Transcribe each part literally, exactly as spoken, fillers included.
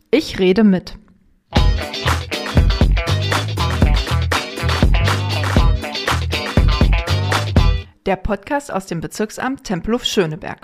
Ich rede mit. Der Podcast aus dem Bezirksamt Tempelhof-Schöneberg.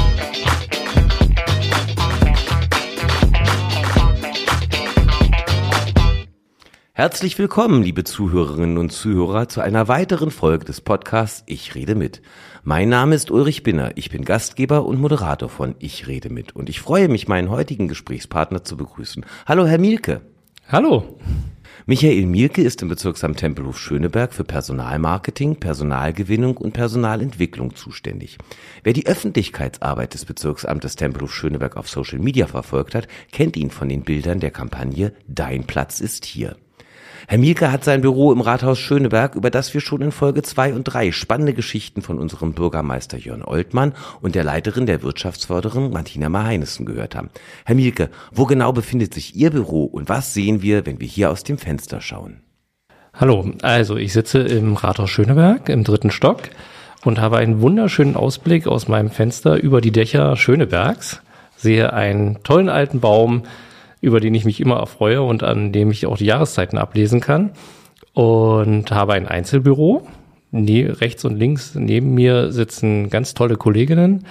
Herzlich willkommen, liebe Zuhörerinnen und Zuhörer, zu einer weiteren Folge des Podcasts Ich rede mit. Mein Name ist Ulrich Binner, ich bin Gastgeber und Moderator von Ich rede mit und ich freue mich, meinen heutigen Gesprächspartner zu begrüßen. Hallo, Herr Mielke. Hallo. Michael Mielke ist im Bezirksamt Tempelhof-Schöneberg für Personalmarketing, Personalgewinnung und Personalentwicklung zuständig. Wer die Öffentlichkeitsarbeit des Bezirksamtes Tempelhof-Schöneberg auf Social Media verfolgt hat, kennt ihn von den Bildern der Kampagne Dein Platz ist hier. Herr Mielke hat sein Büro im Rathaus Schöneberg, über das wir schon in Folge zwei und drei spannende Geschichten von unserem Bürgermeister Jörn Oltmann und der Leiterin der Wirtschaftsförderung Martina Maheinesen gehört haben. Herr Mielke, wo genau befindet sich Ihr Büro und was sehen wir, wenn wir hier aus dem Fenster schauen? Hallo, also ich sitze im Rathaus Schöneberg im dritten Stock und habe einen wunderschönen Ausblick aus meinem Fenster über die Dächer Schönebergs, sehe einen tollen alten Baum, über den ich mich immer erfreue und an dem ich auch die Jahreszeiten ablesen kann. Und habe ein Einzelbüro. Ne, rechts und links neben mir sitzen ganz tolle Kolleginnen.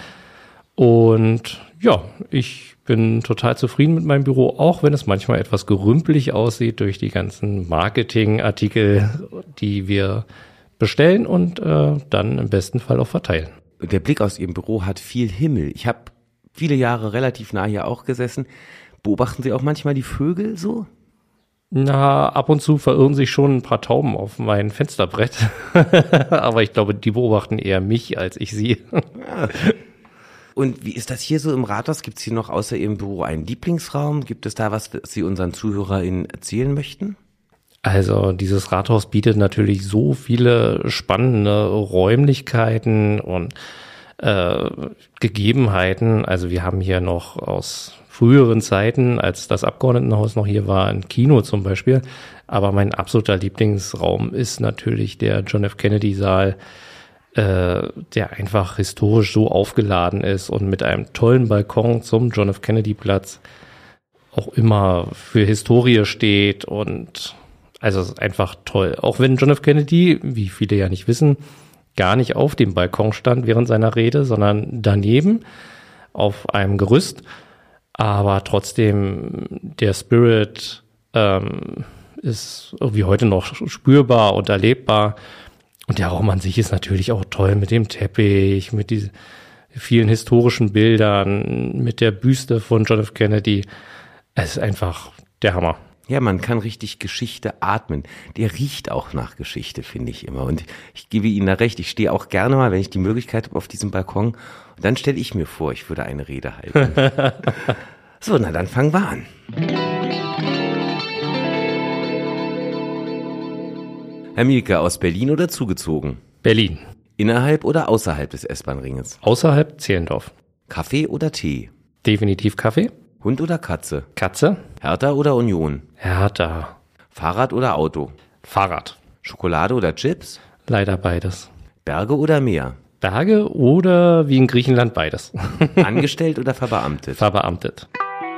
Und ja, ich bin total zufrieden mit meinem Büro, auch wenn es manchmal etwas gerümpelig aussieht durch die ganzen Marketingartikel, die wir bestellen und äh, dann im besten Fall auch verteilen. Der Blick aus Ihrem Büro hat viel Himmel. Ich habe viele Jahre relativ nah hier auch gesessen. Beobachten Sie auch manchmal die Vögel so? Na, ab und zu verirren sich schon ein paar Tauben auf mein Fensterbrett. Aber ich glaube, die beobachten eher mich als ich sie. Ja. Und wie ist das hier so im Rathaus? Gibt es hier noch außer Ihrem Büro einen Lieblingsraum? Gibt es da was, was Sie unseren ZuhörerInnen erzählen möchten? Also dieses Rathaus bietet natürlich so viele spannende Räumlichkeiten und äh, Gegebenheiten. Also wir haben hier noch aus früheren Zeiten, als das Abgeordnetenhaus noch hier war, ein Kino zum Beispiel. Aber mein absoluter Lieblingsraum ist natürlich der John F. Kennedy Saal, äh, der einfach historisch so aufgeladen ist und mit einem tollen Balkon zum John F. Kennedy Platz auch immer für Historie steht und also es ist einfach toll. Auch wenn John F. Kennedy, wie viele ja nicht wissen, gar nicht auf dem Balkon stand während seiner Rede, sondern daneben auf einem Gerüst. Aber trotzdem, der Spirit ähm, ist irgendwie heute noch spürbar und erlebbar. Und der Raum an sich ist natürlich auch toll mit dem Teppich, mit diesen vielen historischen Bildern, mit der Büste von John F. Kennedy. Es ist einfach der Hammer. Ja, man kann richtig Geschichte atmen. Der riecht auch nach Geschichte, finde ich immer. Und ich gebe Ihnen da recht, ich stehe auch gerne mal, wenn ich die Möglichkeit habe, auf diesem Balkon. Und dann stelle ich mir vor, ich würde eine Rede halten. So, na dann fangen wir an. Herr Mielke, aus Berlin oder zugezogen? Berlin. Innerhalb oder außerhalb des S-Bahn-Ringes? Außerhalb Zehlendorf. Kaffee oder Tee? Definitiv Kaffee. Hund oder Katze? Katze. Hertha oder Union? Hertha. Fahrrad oder Auto? Fahrrad. Schokolade oder Chips? Leider beides. Berge oder Meer? Berge oder wie in Griechenland beides. Angestellt oder verbeamtet? Verbeamtet.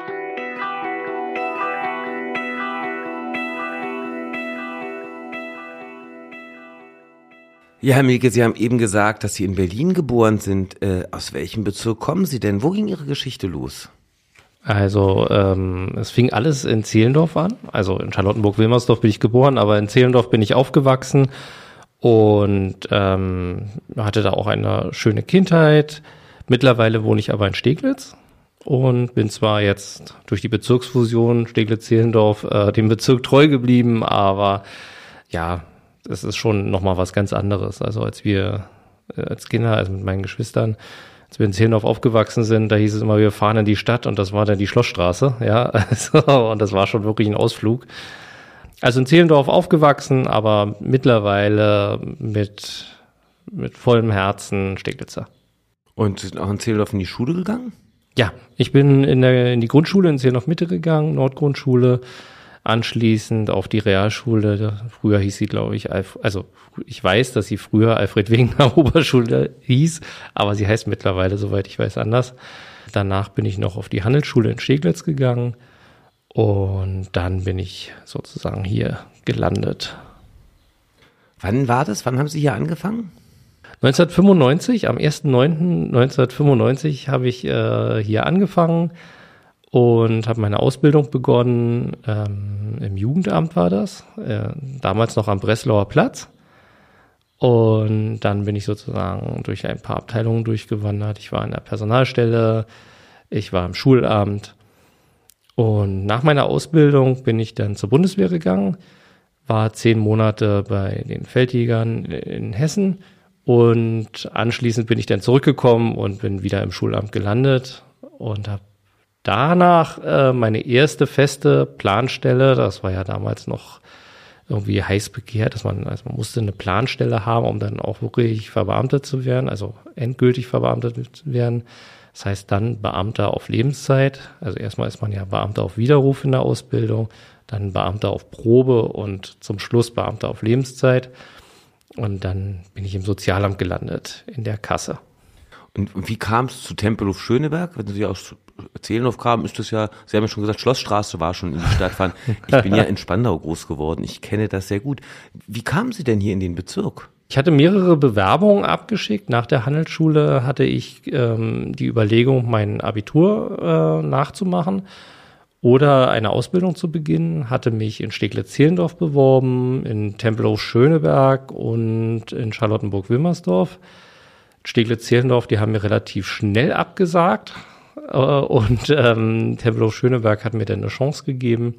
Ja, Herr Mielke, Sie haben eben gesagt, dass Sie in Berlin geboren sind. Äh, aus welchem Bezirk kommen Sie denn? Wo ging Ihre Geschichte los? Also ähm, es fing alles in Zehlendorf an. Also in Charlottenburg-Wilmersdorf bin ich geboren, aber in Zehlendorf bin ich aufgewachsen und ähm, hatte da auch eine schöne Kindheit. Mittlerweile wohne ich aber in Steglitz und bin zwar jetzt durch die Bezirksfusion Steglitz-Zehlendorf äh, dem Bezirk treu geblieben, aber ja, es ist schon nochmal was ganz anderes. Also als wir äh, als Kinder, also mit meinen Geschwistern, als wir in Zehlendorf aufgewachsen sind, da hieß es immer, wir fahren in die Stadt und das war dann die Schlossstraße, ja, also, und das war schon wirklich ein Ausflug. Also in Zehlendorf aufgewachsen, aber mittlerweile mit, mit vollem Herzen Steglitzer. Und Sie sind auch in Zehlendorf in die Schule gegangen? Ja, ich bin in, der, in die Grundschule in Zehlendorf Mitte gegangen, Nordgrundschule, anschließend auf die Realschule, früher hieß sie, glaube ich, Alf, also ich weiß, dass sie früher Alfred Wegener Oberschule hieß, aber sie heißt mittlerweile, soweit ich weiß, anders. Danach bin ich noch auf die Handelsschule in Steglitz gegangen Und dann bin ich sozusagen hier gelandet. Wann war das? Wann haben Sie hier angefangen? neunzehnhundertfünfundneunzig, am ersten neunten neunzehnhundertfünfundneunzig habe ich äh, hier angefangen und habe meine Ausbildung begonnen. Ähm, im Jugendamt war das, äh, damals noch am Breslauer Platz. Und dann bin ich sozusagen durch ein paar Abteilungen durchgewandert. Ich war in der Personalstelle, ich war im Schulamt. Und nach meiner Ausbildung bin ich dann zur Bundeswehr gegangen, war zehn Monate bei den Feldjägern in Hessen. Und anschließend bin ich dann zurückgekommen und bin wieder im Schulamt gelandet und habe danach äh, meine erste feste Planstelle, das war ja damals noch irgendwie heiß begehrt, dass man, also man musste eine Planstelle haben, um dann auch wirklich verbeamtet zu werden, also endgültig verbeamtet zu werden. Das heißt dann Beamter auf Lebenszeit. Also erstmal ist man ja Beamter auf Widerruf in der Ausbildung, dann Beamter auf Probe und zum Schluss Beamter auf Lebenszeit. Und dann bin ich im Sozialamt gelandet, in der Kasse. Und wie kam es zu Tempelhof Schöneberg? Wenn Sie aus Zehlendorf kamen, ist das ja, Sie haben ja schon gesagt, Schlossstraße war schon in die Stadt fahren. Ich bin ja in Spandau groß geworden, ich kenne das sehr gut. Wie kamen Sie denn hier in den Bezirk? Ich hatte mehrere Bewerbungen abgeschickt. Nach der Handelsschule hatte ich ähm, die Überlegung, mein Abitur äh, nachzumachen oder eine Ausbildung zu beginnen, hatte mich in Steglitz-Zehlendorf beworben, in Tempelhof Schöneberg und in Charlottenburg-Wilmersdorf. Steglitz-Zehlendorf, die haben mir relativ schnell abgesagt äh, und ähm, Tempelhof Schöneberg hat mir dann eine Chance gegeben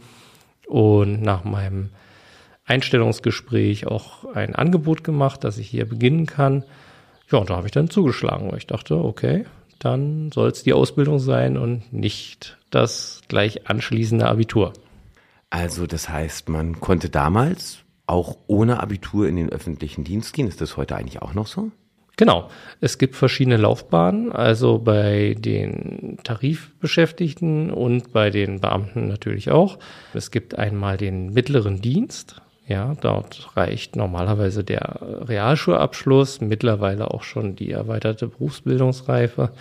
und nach meinem Einstellungsgespräch auch ein Angebot gemacht, dass ich hier beginnen kann. Ja, und da habe ich dann zugeschlagen, weil ich dachte, okay, dann soll es die Ausbildung sein und nicht das gleich anschließende Abitur. Also das heißt, man konnte damals auch ohne Abitur in den öffentlichen Dienst gehen. Ist das heute eigentlich auch noch so? Genau. Es gibt verschiedene Laufbahnen, also bei den Tarifbeschäftigten und bei den Beamten natürlich auch. Es gibt einmal den mittleren Dienst. Ja, dort reicht normalerweise der Realschulabschluss, mittlerweile auch schon die erweiterte Berufsbildungsreife.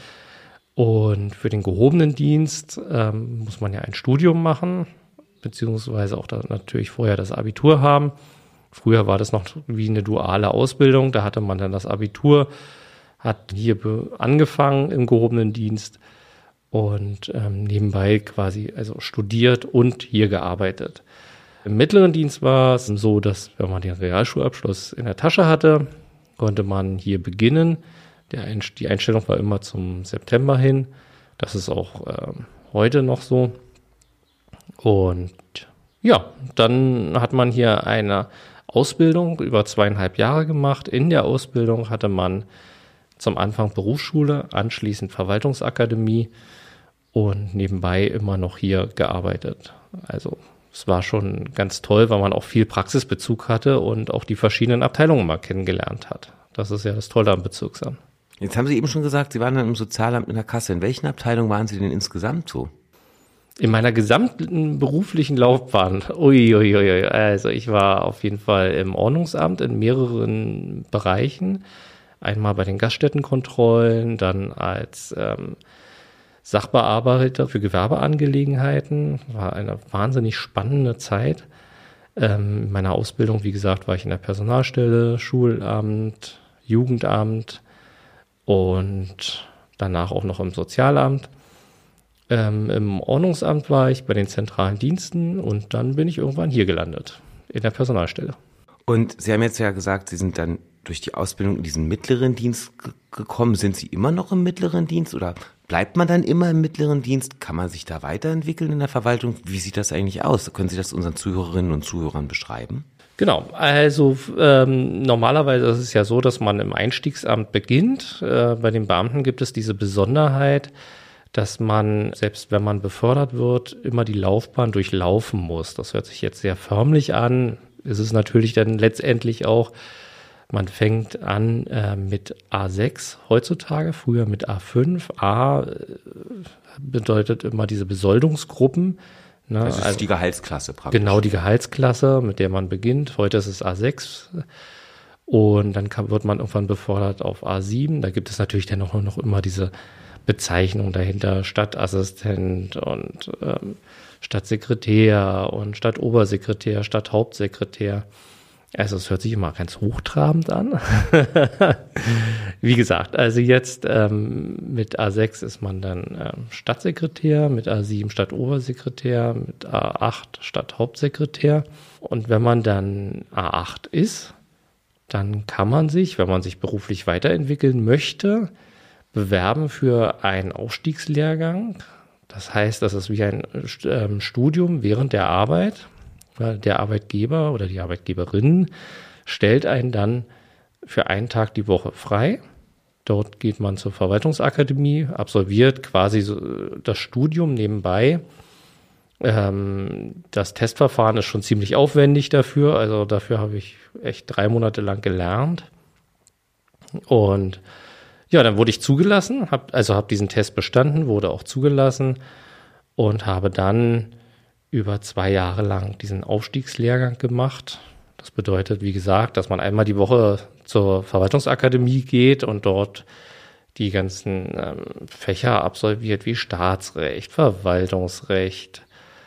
Und für den gehobenen Dienst ähm, muss man ja ein Studium machen, beziehungsweise auch da natürlich vorher das Abitur haben. Früher war das noch wie eine duale Ausbildung, da hatte man dann das Abitur, hat hier be- angefangen im gehobenen Dienst und ähm, nebenbei quasi also studiert und hier gearbeitet. Im mittleren Dienst war es so, dass wenn man den Realschulabschluss in der Tasche hatte, konnte man hier beginnen. Der Einst- die Einstellung war immer zum September hin. Das ist auch äh, heute noch so. Und ja, dann hat man hier eine Ausbildung über zweieinhalb Jahre gemacht. In der Ausbildung hatte man zum Anfang Berufsschule, anschließend Verwaltungsakademie und nebenbei immer noch hier gearbeitet. Also es war schon ganz toll, weil man auch viel Praxisbezug hatte und auch die verschiedenen Abteilungen mal kennengelernt hat. Das ist ja das Tolle am Bezirksamt. Jetzt haben Sie eben schon gesagt, Sie waren dann im Sozialamt in der Kasse. In welchen Abteilungen waren Sie denn insgesamt so? In meiner gesamten beruflichen Laufbahn, ui, ui, ui, also ich war auf jeden Fall im Ordnungsamt in mehreren Bereichen. Einmal bei den Gaststättenkontrollen, dann als ähm, Sachbearbeiter für Gewerbeangelegenheiten. War eine wahnsinnig spannende Zeit. Ähm, in meiner Ausbildung, wie gesagt, war ich in der Personalstelle, Schulamt, Jugendamt und danach auch noch im Sozialamt. Ähm, Im Ordnungsamt war ich bei den zentralen Diensten und dann bin ich irgendwann hier gelandet, in der Personalstelle. Und Sie haben jetzt ja gesagt, Sie sind dann durch die Ausbildung in diesen mittleren Dienst g- gekommen. Sind Sie immer noch im mittleren Dienst oder bleibt man dann immer im mittleren Dienst? Kann man sich da weiterentwickeln in der Verwaltung? Wie sieht das eigentlich aus? Können Sie das unseren Zuhörerinnen und Zuhörern beschreiben? Genau, also ähm, normalerweise ist es ja so, dass man im Einstiegsamt beginnt. Äh, bei den Beamten gibt es diese Besonderheit, dass man, selbst wenn man befördert wird, immer die Laufbahn durchlaufen muss. Das hört sich jetzt sehr förmlich an. Es ist natürlich dann letztendlich auch, man fängt an äh, mit A sechs heutzutage, früher mit A fünf. A äh, bedeutet immer diese Besoldungsgruppen. Ne? Das ist also die Gehaltsklasse praktisch. Genau, die Gehaltsklasse, mit der man beginnt. Heute ist es A sechs. Und dann kann, wird man irgendwann befördert auf A sieben. Da gibt es natürlich dann auch noch immer diese Bezeichnungen dahinter, Stadtassistent und ähm, Stadtsekretär und Stadtobersekretär, Stadthauptsekretär. Also es hört sich immer ganz hochtrabend an. Wie gesagt, also jetzt ähm, mit A sechs ist man dann ähm, Stadtsekretär, mit A sieben Stadtobersekretär, mit A acht Stadthauptsekretär. Und wenn man dann A acht ist, dann kann man sich, wenn man sich beruflich weiterentwickeln möchte, bewerben für einen Aufstiegslehrgang. Das heißt, das ist wie ein ähm, Studium während der Arbeit. Der Arbeitgeber oder die Arbeitgeberin stellt einen dann für einen Tag die Woche frei. Dort geht man zur Verwaltungsakademie, absolviert quasi so das Studium nebenbei. Ähm, das Testverfahren ist schon ziemlich aufwendig dafür. Also dafür habe ich echt drei Monate lang gelernt. Und ja, dann wurde ich zugelassen, hab, also habe diesen Test bestanden, wurde auch zugelassen und habe dann über zwei Jahre lang diesen Aufstiegslehrgang gemacht. Das bedeutet, wie gesagt, dass man einmal die Woche zur Verwaltungsakademie geht und dort die ganzen ähm, Fächer absolviert, wie Staatsrecht, Verwaltungsrecht.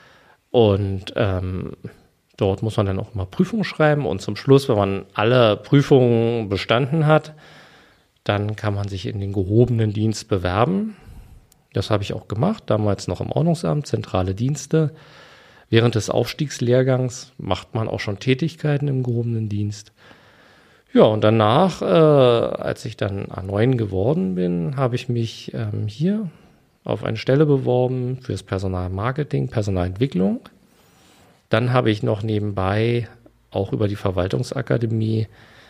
Und ähm, dort muss man dann auch mal Prüfungen schreiben. Und zum Schluss, wenn man alle Prüfungen bestanden hat, dann kann man sich in den gehobenen Dienst bewerben. Das habe ich auch gemacht, damals noch im Ordnungsamt, zentrale Dienste. Während des Aufstiegslehrgangs macht man auch schon Tätigkeiten im gehobenen Dienst. Ja, und danach, äh, als ich dann A neun geworden bin, habe ich mich ähm, hier auf eine Stelle beworben fürs Personalmarketing, Personalentwicklung. Dann habe ich noch nebenbei auch über die Verwaltungsakademie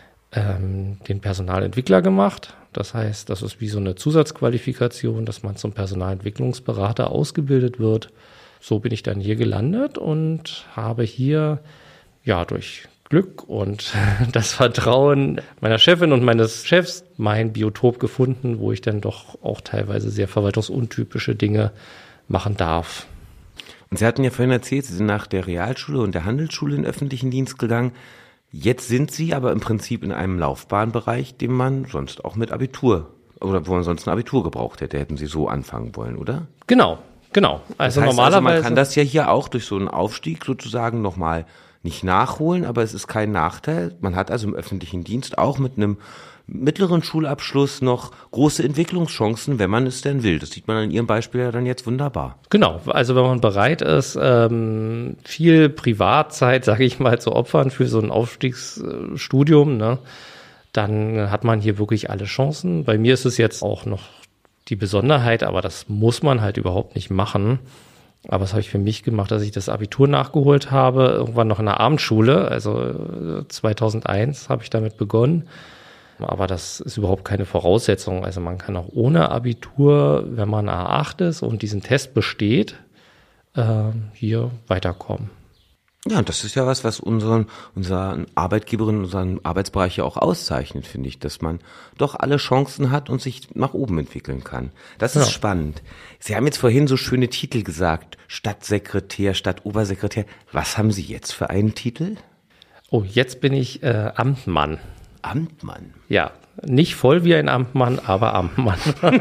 ähm, den Personalentwickler gemacht. Das heißt, das ist wie so eine Zusatzqualifikation, dass man zum Personalentwicklungsberater ausgebildet wird. So bin ich dann hier gelandet und habe hier ja durch Glück und das Vertrauen meiner Chefin und meines Chefs mein Biotop gefunden, wo ich dann doch auch teilweise sehr verwaltungsuntypische Dinge machen darf. Und Sie hatten ja vorhin erzählt, Sie sind nach der Realschule und der Handelsschule in den öffentlichen Dienst gegangen. Jetzt sind Sie aber im Prinzip in einem Laufbahnbereich, den man sonst auch mit Abitur oder wo man sonst ein Abitur gebraucht hätte, hätten Sie so anfangen wollen, oder? Genau. Genau, also das heißt normalerweise. Also man kann das ja hier auch durch so einen Aufstieg sozusagen nochmal nicht nachholen, aber es ist kein Nachteil. Man hat also im öffentlichen Dienst auch mit einem mittleren Schulabschluss noch große Entwicklungschancen, wenn man es denn will. Das sieht man an Ihrem Beispiel ja dann jetzt wunderbar. Genau, also wenn man bereit ist, ähm, viel Privatzeit, sage ich mal, zu opfern für so ein Aufstiegsstudium, ne, dann hat man hier wirklich alle Chancen. Bei mir ist es jetzt auch noch die Besonderheit, aber das muss man halt überhaupt nicht machen. Aber das habe ich für mich gemacht, dass ich das Abitur nachgeholt habe, irgendwann noch in der Abendschule, also zweitausendeins habe ich damit begonnen. Aber das ist überhaupt keine Voraussetzung. Also man kann auch ohne Abitur, wenn man A acht ist und diesen Test besteht, äh, hier weiterkommen. Ja, das ist ja was, was unseren, unseren Arbeitgeberinnen, unseren Arbeitsbereich ja auch auszeichnet, finde ich, dass man doch alle Chancen hat und sich nach oben entwickeln kann. Das ist ja spannend. Sie haben jetzt vorhin so schöne Titel gesagt, Stadtsekretär, Stadtobersekretär. Was haben Sie jetzt für einen Titel? Oh, jetzt bin ich äh, Amtmann. Amtmann? Ja, nicht voll wie ein Amtmann, aber Amtmann.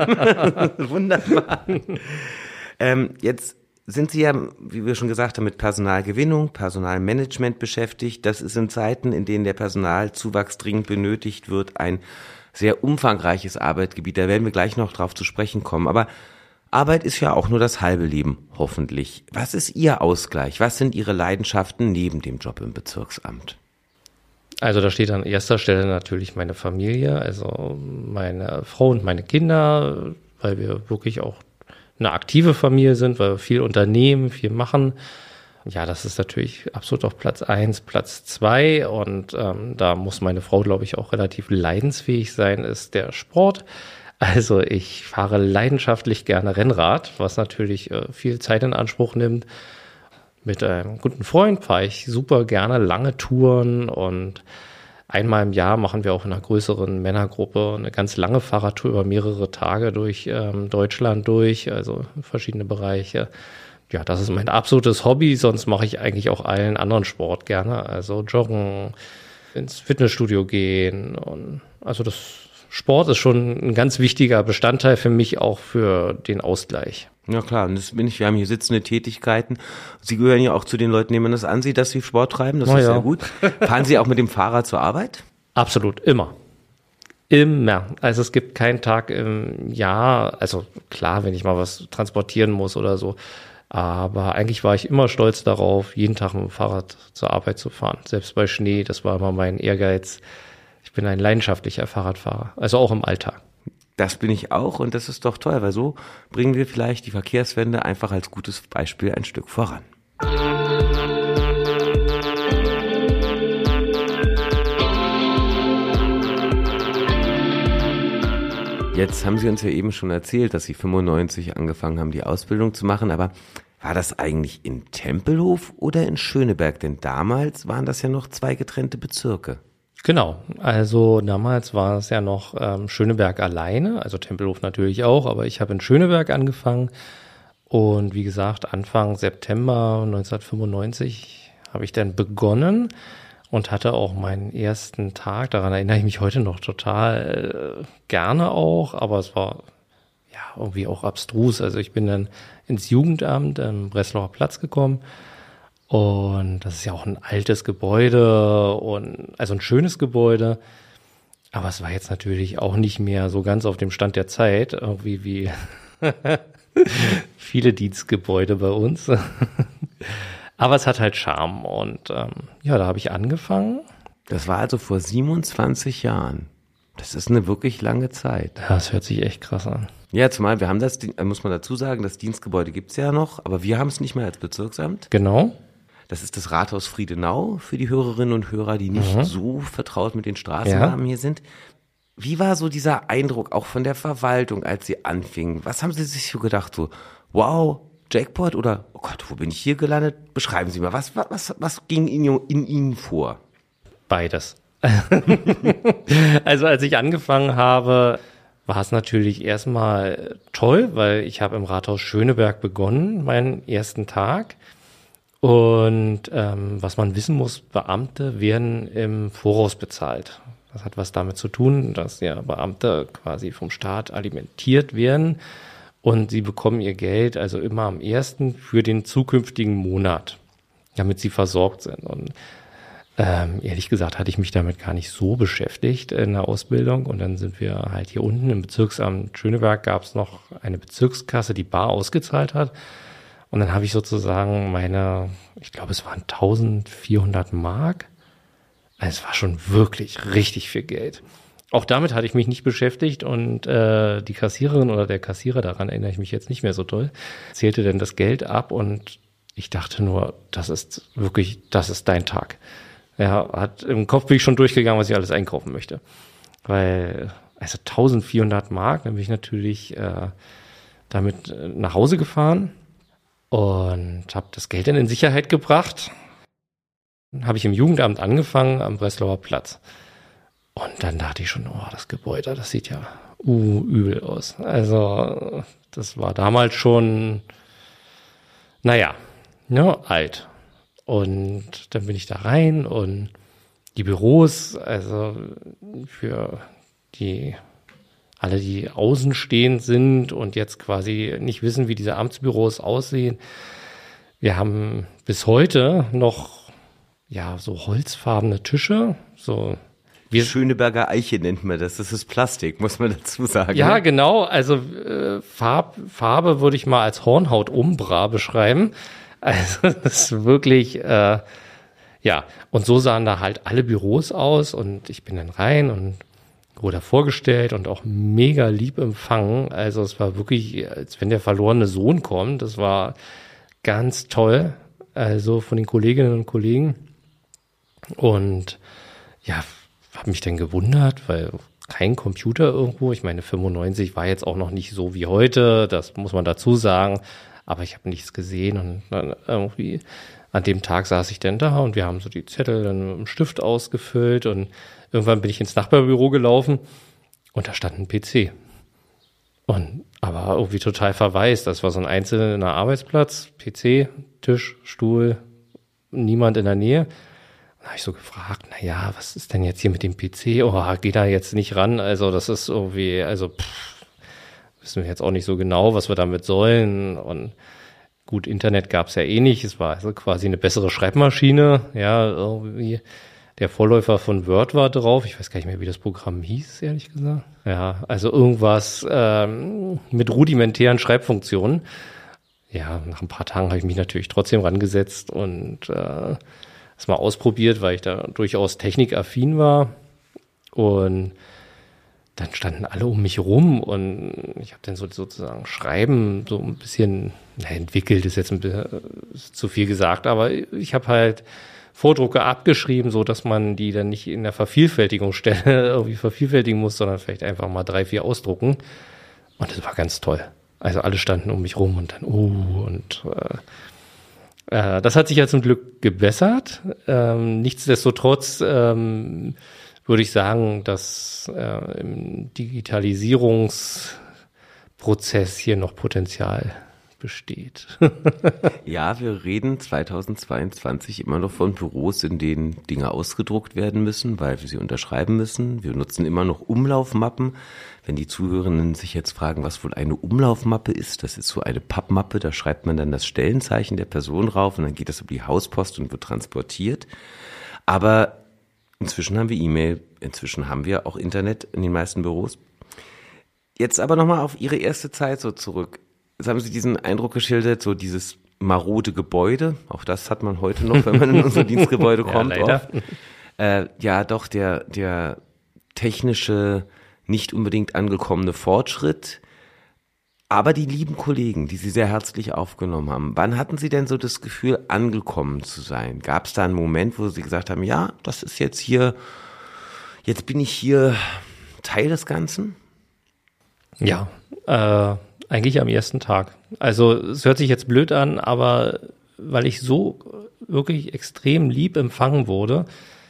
Wunderbar. ähm, jetzt sind Sie ja, wie wir schon gesagt haben, mit Personalgewinnung, Personalmanagement beschäftigt. Das ist in Zeiten, in denen der Personalzuwachs dringend benötigt wird, ein sehr umfangreiches Arbeitsgebiet. Da werden wir gleich noch drauf zu sprechen kommen. Aber Arbeit ist ja auch nur das halbe Leben, hoffentlich. Was ist Ihr Ausgleich? Was sind Ihre Leidenschaften neben dem Job im Bezirksamt? Also da steht an erster Stelle natürlich meine Familie, also meine Frau und meine Kinder, weil wir wirklich auch eine aktive Familie sind, weil wir viel unternehmen, viel machen. Ja, das ist natürlich absolut auf Platz eins, Platz zwei und ähm, da muss meine Frau, glaube ich, auch relativ leidensfähig sein, ist der Sport. Also ich fahre leidenschaftlich gerne Rennrad, was natürlich äh, viel Zeit in Anspruch nimmt. Mit einem guten Freund fahre ich super gerne lange Touren und einmal im Jahr machen wir auch in einer größeren Männergruppe eine ganz lange Fahrradtour über mehrere Tage durch ähm, Deutschland durch, also verschiedene Bereiche. Ja, das ist mein absolutes Hobby, sonst mache ich eigentlich auch allen anderen Sport gerne, also joggen, ins Fitnessstudio gehen und also das Sport ist schon ein ganz wichtiger Bestandteil für mich, auch für den Ausgleich. Ja klar, und das bin ich, wir haben hier sitzende Tätigkeiten. Sie gehören ja auch zu den Leuten, denen man das ansieht, dass sie Sport treiben, das Na ist ja. sehr gut. Fahren Sie auch mit dem Fahrrad zur Arbeit? Absolut, immer. Immer. Also es gibt keinen Tag im Jahr, also klar, wenn ich mal was transportieren muss oder so, aber eigentlich war ich immer stolz darauf, jeden Tag mit dem Fahrrad zur Arbeit zu fahren. Selbst bei Schnee, das war immer mein Ehrgeiz. Ich bin ein leidenschaftlicher Fahrradfahrer, also auch im Alltag. Das bin ich auch und das ist doch toll, weil so bringen wir vielleicht die Verkehrswende einfach als gutes Beispiel ein Stück voran. Jetzt haben Sie uns ja eben schon erzählt, dass Sie fünfundneunzig angefangen haben, die Ausbildung zu machen, aber war das eigentlich in Tempelhof oder in Schöneberg? Denn damals waren das ja noch zwei getrennte Bezirke. Genau, also damals war es ja noch ähm, Schöneberg alleine, also Tempelhof natürlich auch, aber ich habe in Schöneberg angefangen und wie gesagt, Anfang September neunzehnhundertfünfundneunzig habe ich dann begonnen und hatte auch meinen ersten Tag, daran erinnere ich mich heute noch total äh, gerne auch, aber es war ja irgendwie auch abstrus, also ich bin dann ins Jugendamt am Breslauer Platz gekommen. Und das ist ja auch ein altes Gebäude und also ein schönes Gebäude. Aber es war jetzt natürlich auch nicht mehr so ganz auf dem Stand der Zeit, irgendwie wie viele Dienstgebäude bei uns. Aber es hat halt Charme. Und ähm, ja, da habe ich angefangen. Das war also vor siebenundzwanzig Jahren. Das ist eine wirklich lange Zeit. Das hört sich echt krass an. Ja, zumal wir haben das, muss man dazu sagen, das Dienstgebäude gibt's ja noch, aber wir haben es nicht mehr als Bezirksamt. Genau. Das ist das Rathaus Friedenau für die Hörerinnen und Hörer, die nicht Mhm. so vertraut mit den Straßennamen Ja. hier sind. Wie war so dieser Eindruck auch von der Verwaltung, als Sie anfingen? Was haben Sie sich so gedacht? So, wow, Jackpot oder, oh Gott, wo bin ich hier gelandet? Beschreiben Sie mal, was, was, was ging in, in Ihnen vor? Beides. Also als ich angefangen habe, war es natürlich erstmal toll, weil ich habe im Rathaus Schöneberg begonnen, meinen ersten Tag. Und ähm, was man wissen muss, Beamte werden im Voraus bezahlt. Das hat was damit zu tun, dass ja Beamte quasi vom Staat alimentiert werden und sie bekommen ihr Geld also immer am ersten für den zukünftigen Monat, damit sie versorgt sind. Und ähm, ehrlich gesagt hatte ich mich damit gar nicht so beschäftigt in der Ausbildung. Und dann sind wir halt hier unten im Bezirksamt Schöneberg, gab es noch eine Bezirkskasse, die bar ausgezahlt hat. Und dann habe ich sozusagen meine, ich glaube, es waren eintausendvierhundert Mark. Also es war schon wirklich richtig viel Geld. Auch damit hatte ich mich nicht beschäftigt und äh, die Kassiererin oder der Kassierer, daran erinnere ich mich jetzt nicht mehr so toll, zählte dann das Geld ab und ich dachte nur, das ist wirklich, das ist dein Tag. Ja, hat im Kopf bin ich schon durchgegangen, was ich alles einkaufen möchte. Weil, also eintausendvierhundert Mark, dann bin ich natürlich äh, damit nach Hause gefahren. Und habe das Geld dann in Sicherheit gebracht. Habe ich im Jugendamt angefangen am Breslauer Platz. Und dann dachte ich schon, oh, das Gebäude, das sieht ja uh, übel aus. Also das war damals schon, naja, ne, alt. Und dann bin ich da rein und die Büros, also für die alle, die außenstehend sind und jetzt quasi nicht wissen, wie diese Amtsbüros aussehen. Wir haben bis heute noch ja so holzfarbene Tische. So wir Schöneberger Eiche nennt man das. Das ist Plastik, muss man dazu sagen. Ja, genau. Also äh, Farb, Farbe würde ich mal als Hornhaut Umbra beschreiben. Also das ist wirklich, äh, ja. Und so sahen da halt alle Büros aus und ich bin dann rein und wurde vorgestellt und auch mega lieb empfangen. Also es war wirklich, als wenn der verlorene Sohn kommt. Das war ganz toll. Also von den Kolleginnen und Kollegen. Und ja, habe mich dann gewundert, weil kein Computer irgendwo. Ich meine, fünfundneunzig war jetzt auch noch nicht so wie heute. Das muss man dazu sagen. Aber ich habe nichts gesehen und dann irgendwie an dem Tag saß ich dann da und wir haben so die Zettel dann mit dem Stift ausgefüllt und irgendwann bin ich ins Nachbarbüro gelaufen und da stand ein P C. Und aber irgendwie total verwaist. Das war so ein einzelner Arbeitsplatz, P C, Tisch, Stuhl, niemand in der Nähe. Da habe ich so gefragt, na ja, was ist denn jetzt hier mit dem P C? Oh, geh da jetzt nicht ran. Also das ist irgendwie, also pff, wissen wir jetzt auch nicht so genau, was wir damit sollen. Und gut, Internet gab es ja eh nicht. Es war also quasi eine bessere Schreibmaschine. Ja, irgendwie der Vorläufer von Word war drauf. Ich weiß gar nicht mehr, wie das Programm hieß, ehrlich gesagt. Ja, also irgendwas ähm, mit rudimentären Schreibfunktionen. Ja, nach ein paar Tagen habe ich mich natürlich trotzdem rangesetzt und äh, das mal ausprobiert, weil ich da durchaus technikaffin war. Und dann standen alle um mich rum und ich habe dann so, sozusagen Schreiben so ein bisschen, na, entwickelt ist jetzt ein bisschen ist zu viel gesagt, aber ich habe halt Vordrucke abgeschrieben, so dass man die dann nicht in der Vervielfältigungsstelle irgendwie vervielfältigen muss, sondern vielleicht einfach mal drei, vier ausdrucken. Und das war ganz toll. Also alle standen um mich rum und dann, uh, und äh, äh, das hat sich ja zum Glück gebessert. Ähm, nichtsdestotrotz ähm, würde ich sagen, dass äh, im Digitalisierungsprozess hier noch Potenzial besteht. Ja, wir reden zweitausendzweiundzwanzig immer noch von Büros, in denen Dinge ausgedruckt werden müssen, weil wir sie unterschreiben müssen. Wir nutzen immer noch Umlaufmappen. Wenn die Zuhörenden sich jetzt fragen, was wohl eine Umlaufmappe ist, das ist so eine Pappmappe, da schreibt man dann das Stellenzeichen der Person drauf und dann geht das über die Hauspost und wird transportiert. Aber inzwischen haben wir E-Mail, inzwischen haben wir auch Internet in den meisten Büros. Jetzt aber nochmal auf Ihre erste Zeit so zurück. Jetzt haben Sie diesen Eindruck geschildert, so dieses marode Gebäude, auch das hat man heute noch, wenn man in unser Dienstgebäude kommt. Ja, oft. Äh, ja, doch, der, der technische, nicht unbedingt angekommene Fortschritt, aber die lieben Kollegen, die Sie sehr herzlich aufgenommen haben. Wann hatten Sie denn so das Gefühl, angekommen zu sein? Gab es da einen Moment, wo Sie gesagt haben, ja, das ist jetzt hier, jetzt bin ich hier Teil des Ganzen? Ja, äh, eigentlich am ersten Tag. Also es hört sich jetzt blöd an, aber weil ich so wirklich extrem lieb empfangen wurde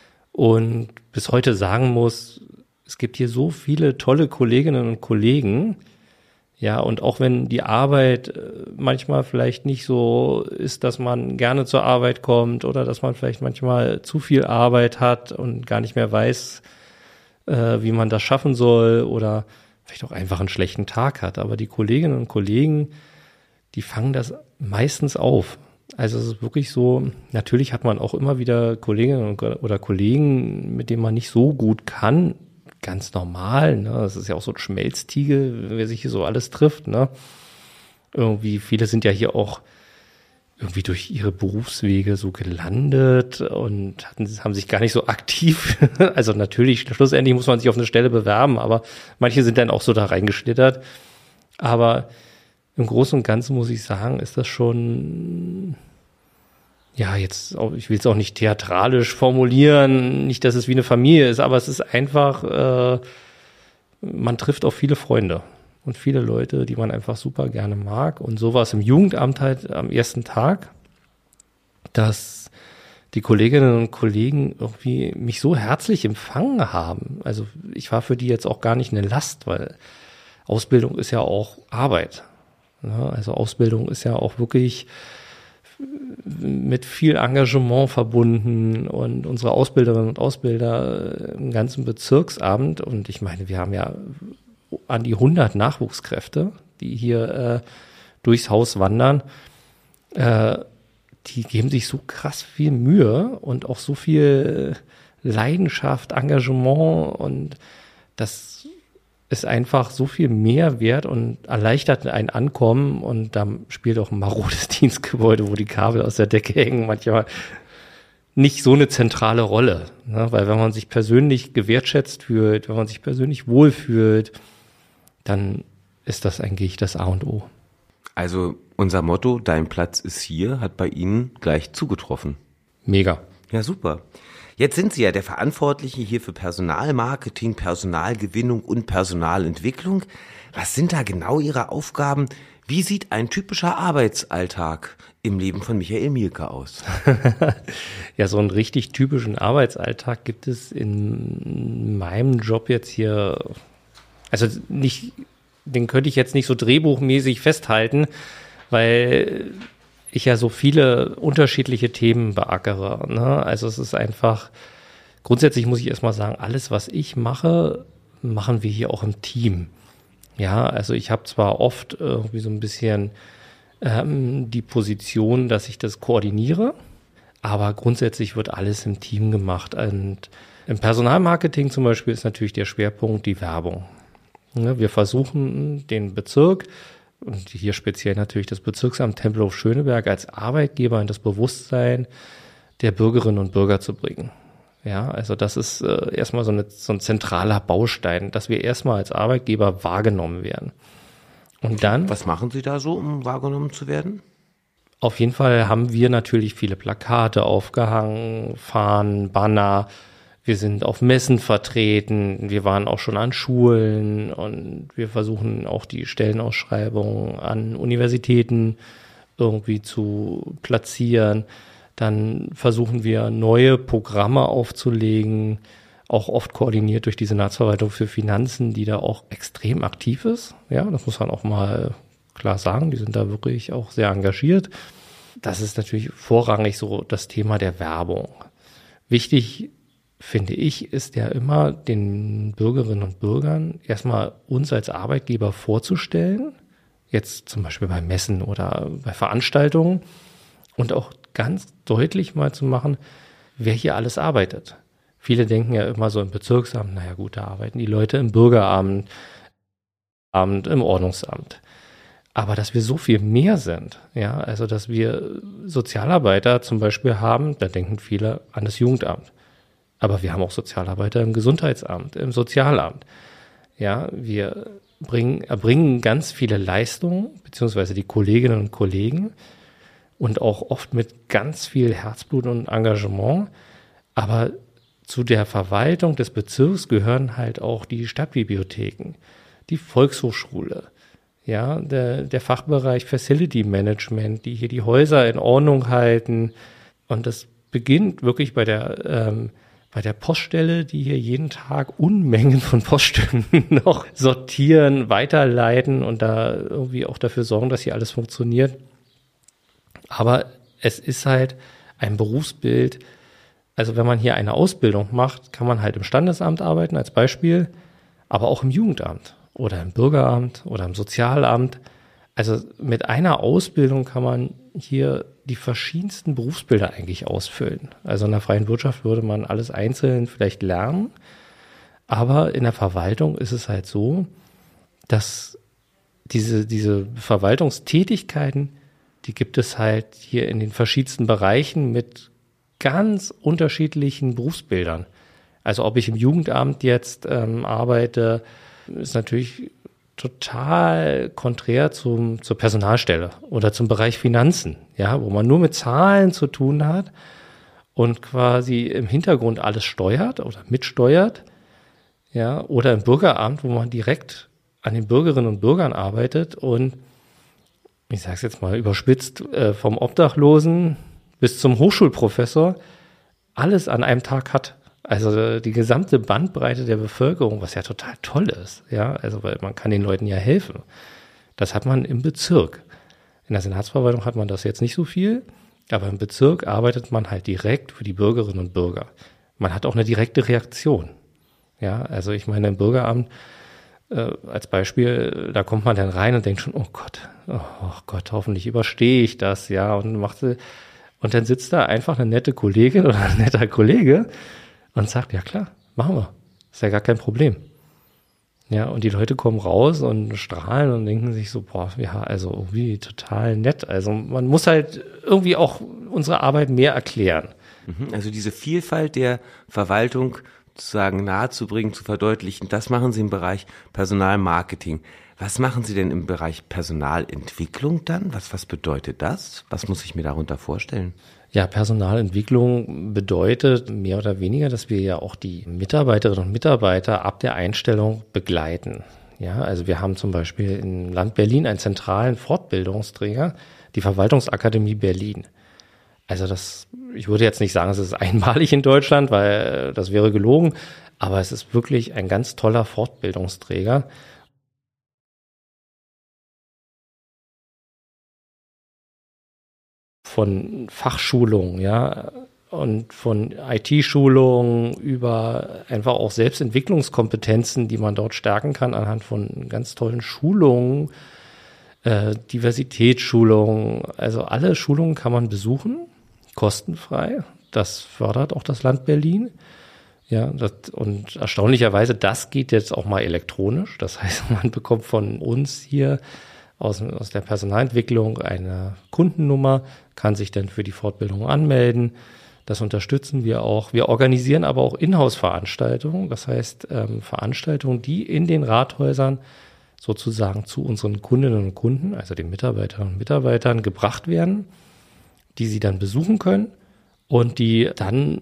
und bis heute sagen muss, es gibt hier so viele tolle Kolleginnen und Kollegen, ja, und auch wenn die Arbeit manchmal vielleicht nicht so ist, dass man gerne zur Arbeit kommt oder dass man vielleicht manchmal zu viel Arbeit hat und gar nicht mehr weiß, äh, wie man das schaffen soll oder vielleicht auch einfach einen schlechten Tag hat. Aber die Kolleginnen und Kollegen, die fangen das meistens auf. Also es ist wirklich so, natürlich hat man auch immer wieder Kolleginnen oder Kollegen, mit denen man nicht so gut kann. Ganz normal, ne? Das ist ja auch so ein Schmelztiegel, wer sich hier so alles trifft, ne? Irgendwie, viele sind ja hier auch irgendwie durch ihre Berufswege so gelandet und hatten, haben sich gar nicht so aktiv, also natürlich, schlussendlich muss man sich auf eine Stelle bewerben, aber manche sind dann auch so da reingeschlittert. Aber im Großen und Ganzen muss ich sagen, ist das schon, ja, jetzt, auch, ich will es auch nicht theatralisch formulieren, nicht, dass es wie eine Familie ist, aber es ist einfach, äh, man trifft auch viele Freunde und viele Leute, die man einfach super gerne mag. Und so war es im Jugendamt halt am ersten Tag, dass die Kolleginnen und Kollegen irgendwie mich so herzlich empfangen haben. Also ich war für die jetzt auch gar nicht eine Last, weil Ausbildung ist ja auch Arbeit. Ne? Also Ausbildung ist ja auch wirklich mit viel Engagement verbunden und unsere Ausbilderinnen und Ausbilder im ganzen Bezirksamt, und ich meine, wir haben ja an die hundert Nachwuchskräfte, die hier äh, durchs Haus wandern, äh, die geben sich so krass viel Mühe und auch so viel Leidenschaft, Engagement, und das ist einfach so viel mehr wert und erleichtert ein Ankommen. Und da spielt auch ein marodes Dienstgebäude, wo die Kabel aus der Decke hängen, manchmal nicht so eine zentrale Rolle. Ne? Weil wenn man sich persönlich gewertschätzt fühlt, wenn man sich persönlich wohlfühlt, dann ist das eigentlich das A und O. Also unser Motto, dein Platz ist hier, hat bei Ihnen gleich zugetroffen. Mega. Ja, super. Jetzt sind Sie ja der Verantwortliche hier für Personalmarketing, Personalgewinnung und Personalentwicklung. Was sind da genau Ihre Aufgaben? Wie sieht ein typischer Arbeitsalltag im Leben von Michael Mielke aus? Ja, so einen richtig typischen Arbeitsalltag gibt es in meinem Job jetzt hier, also nicht, den könnte ich jetzt nicht so drehbuchmäßig festhalten, weil ich ja so viele unterschiedliche Themen beackere. Ne? Also es ist einfach, grundsätzlich muss ich erstmal sagen, alles, was ich mache, machen wir hier auch im Team. Ja, also ich habe zwar oft irgendwie so ein bisschen ähm, die Position, dass ich das koordiniere, aber grundsätzlich wird alles im Team gemacht. Und im Personalmarketing zum Beispiel ist natürlich der Schwerpunkt die Werbung. Ja, wir versuchen den Bezirk, und hier speziell natürlich das Bezirksamt Tempelhof-Schöneberg als Arbeitgeber in das Bewusstsein der Bürgerinnen und Bürger zu bringen. Ja, also das ist äh, erstmal so, eine, so ein zentraler Baustein, dass wir erstmal als Arbeitgeber wahrgenommen werden. Und dann. Was machen Sie da so, um wahrgenommen zu werden? Auf jeden Fall haben wir natürlich viele Plakate aufgehangen, Fahnen, Banner. Wir sind auf Messen vertreten, wir waren auch schon an Schulen und wir versuchen auch die Stellenausschreibungen an Universitäten irgendwie zu platzieren. Dann versuchen wir neue Programme aufzulegen, auch oft koordiniert durch die Senatsverwaltung für Finanzen, die da auch extrem aktiv ist. Ja, das muss man auch mal klar sagen, die sind da wirklich auch sehr engagiert. Das ist natürlich vorrangig so das Thema der Werbung. Wichtig finde ich, ist ja immer den Bürgerinnen und Bürgern erstmal uns als Arbeitgeber vorzustellen, jetzt zum Beispiel bei Messen oder bei Veranstaltungen und auch ganz deutlich mal zu machen, wer hier alles arbeitet. Viele denken ja immer so im Bezirksamt, naja gut, da arbeiten die Leute im Bürgeramt, Amt, im Ordnungsamt. Aber dass wir so viel mehr sind, ja, also dass wir Sozialarbeiter zum Beispiel haben, da denken viele an das Jugendamt. Aber wir haben auch Sozialarbeiter im Gesundheitsamt, im Sozialamt. Ja, wir bringen, erbringen ganz viele Leistungen, beziehungsweise die Kolleginnen und Kollegen und auch oft mit ganz viel Herzblut und Engagement. Aber zu der Verwaltung des Bezirks gehören halt auch die Stadtbibliotheken, die Volkshochschule, ja, der, der Fachbereich Facility Management, die hier die Häuser in Ordnung halten. Und das beginnt wirklich bei der ähm, bei der Poststelle, die hier jeden Tag Unmengen von Poststücken noch sortieren, weiterleiten und da irgendwie auch dafür sorgen, dass hier alles funktioniert. Aber es ist halt ein Berufsbild. Also wenn man hier eine Ausbildung macht, kann man halt im Standesamt arbeiten als Beispiel, aber auch im Jugendamt oder im Bürgeramt oder im Sozialamt. Also mit einer Ausbildung kann man hier die verschiedensten Berufsbilder eigentlich ausfüllen. Also in der freien Wirtschaft würde man alles einzeln vielleicht lernen, aber in der Verwaltung ist es halt so, dass diese, diese Verwaltungstätigkeiten, die gibt es halt hier in den verschiedensten Bereichen mit ganz unterschiedlichen Berufsbildern. Also ob ich im Jugendamt jetzt ähm, arbeite, ist natürlich total konträr zum, zur Personalstelle oder zum Bereich Finanzen, ja, wo man nur mit Zahlen zu tun hat und quasi im Hintergrund alles steuert oder mitsteuert, ja, oder im Bürgeramt, wo man direkt an den Bürgerinnen und Bürgern arbeitet und, ich sage es jetzt mal überspitzt, äh, vom Obdachlosen bis zum Hochschulprofessor alles an einem Tag hat. Also die gesamte Bandbreite der Bevölkerung, was ja total toll ist, ja, also weil man kann den Leuten ja helfen. Das hat man im Bezirk. In der Senatsverwaltung hat man das jetzt nicht so viel, aber im Bezirk arbeitet man halt direkt für die Bürgerinnen und Bürger. Man hat auch eine direkte Reaktion. Ja, also ich meine im Bürgeramt äh, als Beispiel, da kommt man dann rein und denkt schon, oh Gott, oh Gott, hoffentlich überstehe ich das, ja, und macht und dann sitzt da einfach eine nette Kollegin oder ein netter Kollege und sagt, ja klar, machen wir. Ist ja gar kein Problem. Ja, und die Leute kommen raus und strahlen und denken sich so, boah, ja, also irgendwie total nett. Also man muss halt irgendwie auch unsere Arbeit mehr erklären. Also diese Vielfalt der Verwaltung sozusagen nahezubringen, zu verdeutlichen, das machen Sie im Bereich Personalmarketing. Was machen Sie denn im Bereich Personalentwicklung dann? Was, was bedeutet das? Was muss ich mir darunter vorstellen? Ja, Personalentwicklung bedeutet mehr oder weniger, dass wir ja auch die Mitarbeiterinnen und Mitarbeiter ab der Einstellung begleiten. Ja, also wir haben zum Beispiel im Land Berlin einen zentralen Fortbildungsträger, die Verwaltungsakademie Berlin. Also das, ich würde jetzt nicht sagen, es ist einmalig in Deutschland, weil das wäre gelogen, aber es ist wirklich ein ganz toller Fortbildungsträger. von Fachschulungen, ja, und von I T-Schulungen über einfach auch Selbstentwicklungskompetenzen, die man dort stärken kann anhand von ganz tollen Schulungen, äh, Diversitätsschulungen. Also alle Schulungen kann man besuchen, kostenfrei. Das fördert auch das Land Berlin. Ja, das, und erstaunlicherweise, das geht jetzt auch mal elektronisch. Das heißt, man bekommt von uns hier aus, aus der Personalentwicklung eine Kundennummer, kann sich dann für die Fortbildung anmelden. Das unterstützen wir auch. Wir organisieren aber auch Inhouse-Veranstaltungen. Das heißt, ähm, Veranstaltungen, die in den Rathäusern sozusagen zu unseren Kundinnen und Kunden, also den Mitarbeiterinnen und Mitarbeitern, gebracht werden, die sie dann besuchen können und die dann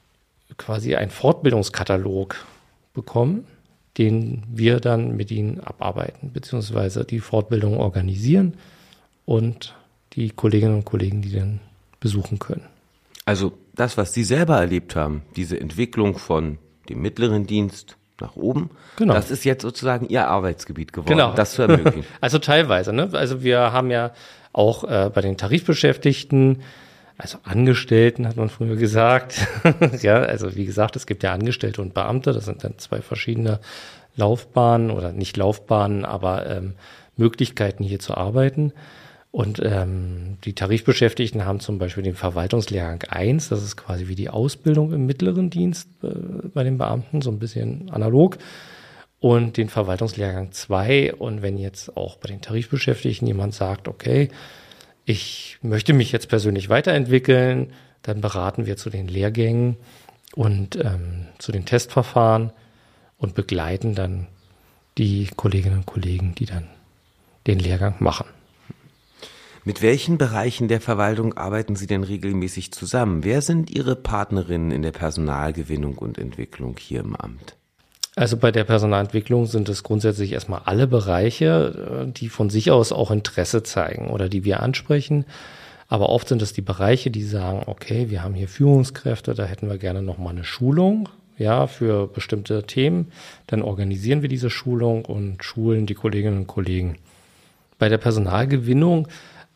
quasi einen Fortbildungskatalog bekommen, den wir dann mit ihnen abarbeiten, beziehungsweise die Fortbildung organisieren und die Kolleginnen und Kollegen, die dann besuchen können. Also das, was Sie selber erlebt haben, diese Entwicklung von dem mittleren Dienst nach oben, genau. Das ist jetzt sozusagen Ihr Arbeitsgebiet geworden, genau. Das zu ermöglichen. Also teilweise, ne? Also wir haben ja auch äh, bei den Tarifbeschäftigten, also Angestellten hat man früher gesagt, ja, also wie gesagt, es gibt ja Angestellte und Beamte, das sind dann zwei verschiedene Laufbahnen oder nicht Laufbahnen, aber ähm, Möglichkeiten hier zu arbeiten. Und ähm, die Tarifbeschäftigten haben zum Beispiel den Verwaltungslehrgang eins, das ist quasi wie die Ausbildung im mittleren Dienst äh, bei den Beamten, so ein bisschen analog. Und den Verwaltungslehrgang zwei. Und wenn jetzt auch bei den Tarifbeschäftigten jemand sagt, okay, ich möchte mich jetzt persönlich weiterentwickeln, dann beraten wir zu den Lehrgängen und ähm, zu den Testverfahren und begleiten dann die Kolleginnen und Kollegen, die dann den Lehrgang machen. Mit welchen Bereichen der Verwaltung arbeiten Sie denn regelmäßig zusammen? Wer sind Ihre Partnerinnen in der Personalgewinnung und Entwicklung hier im Amt? Also bei der Personalentwicklung sind es grundsätzlich erstmal alle Bereiche, die von sich aus auch Interesse zeigen oder die wir ansprechen. Aber oft sind es die Bereiche, die sagen, okay, wir haben hier Führungskräfte, da hätten wir gerne nochmal eine Schulung, ja, für bestimmte Themen. Dann organisieren wir diese Schulung und schulen die Kolleginnen und Kollegen. Bei der Personalgewinnung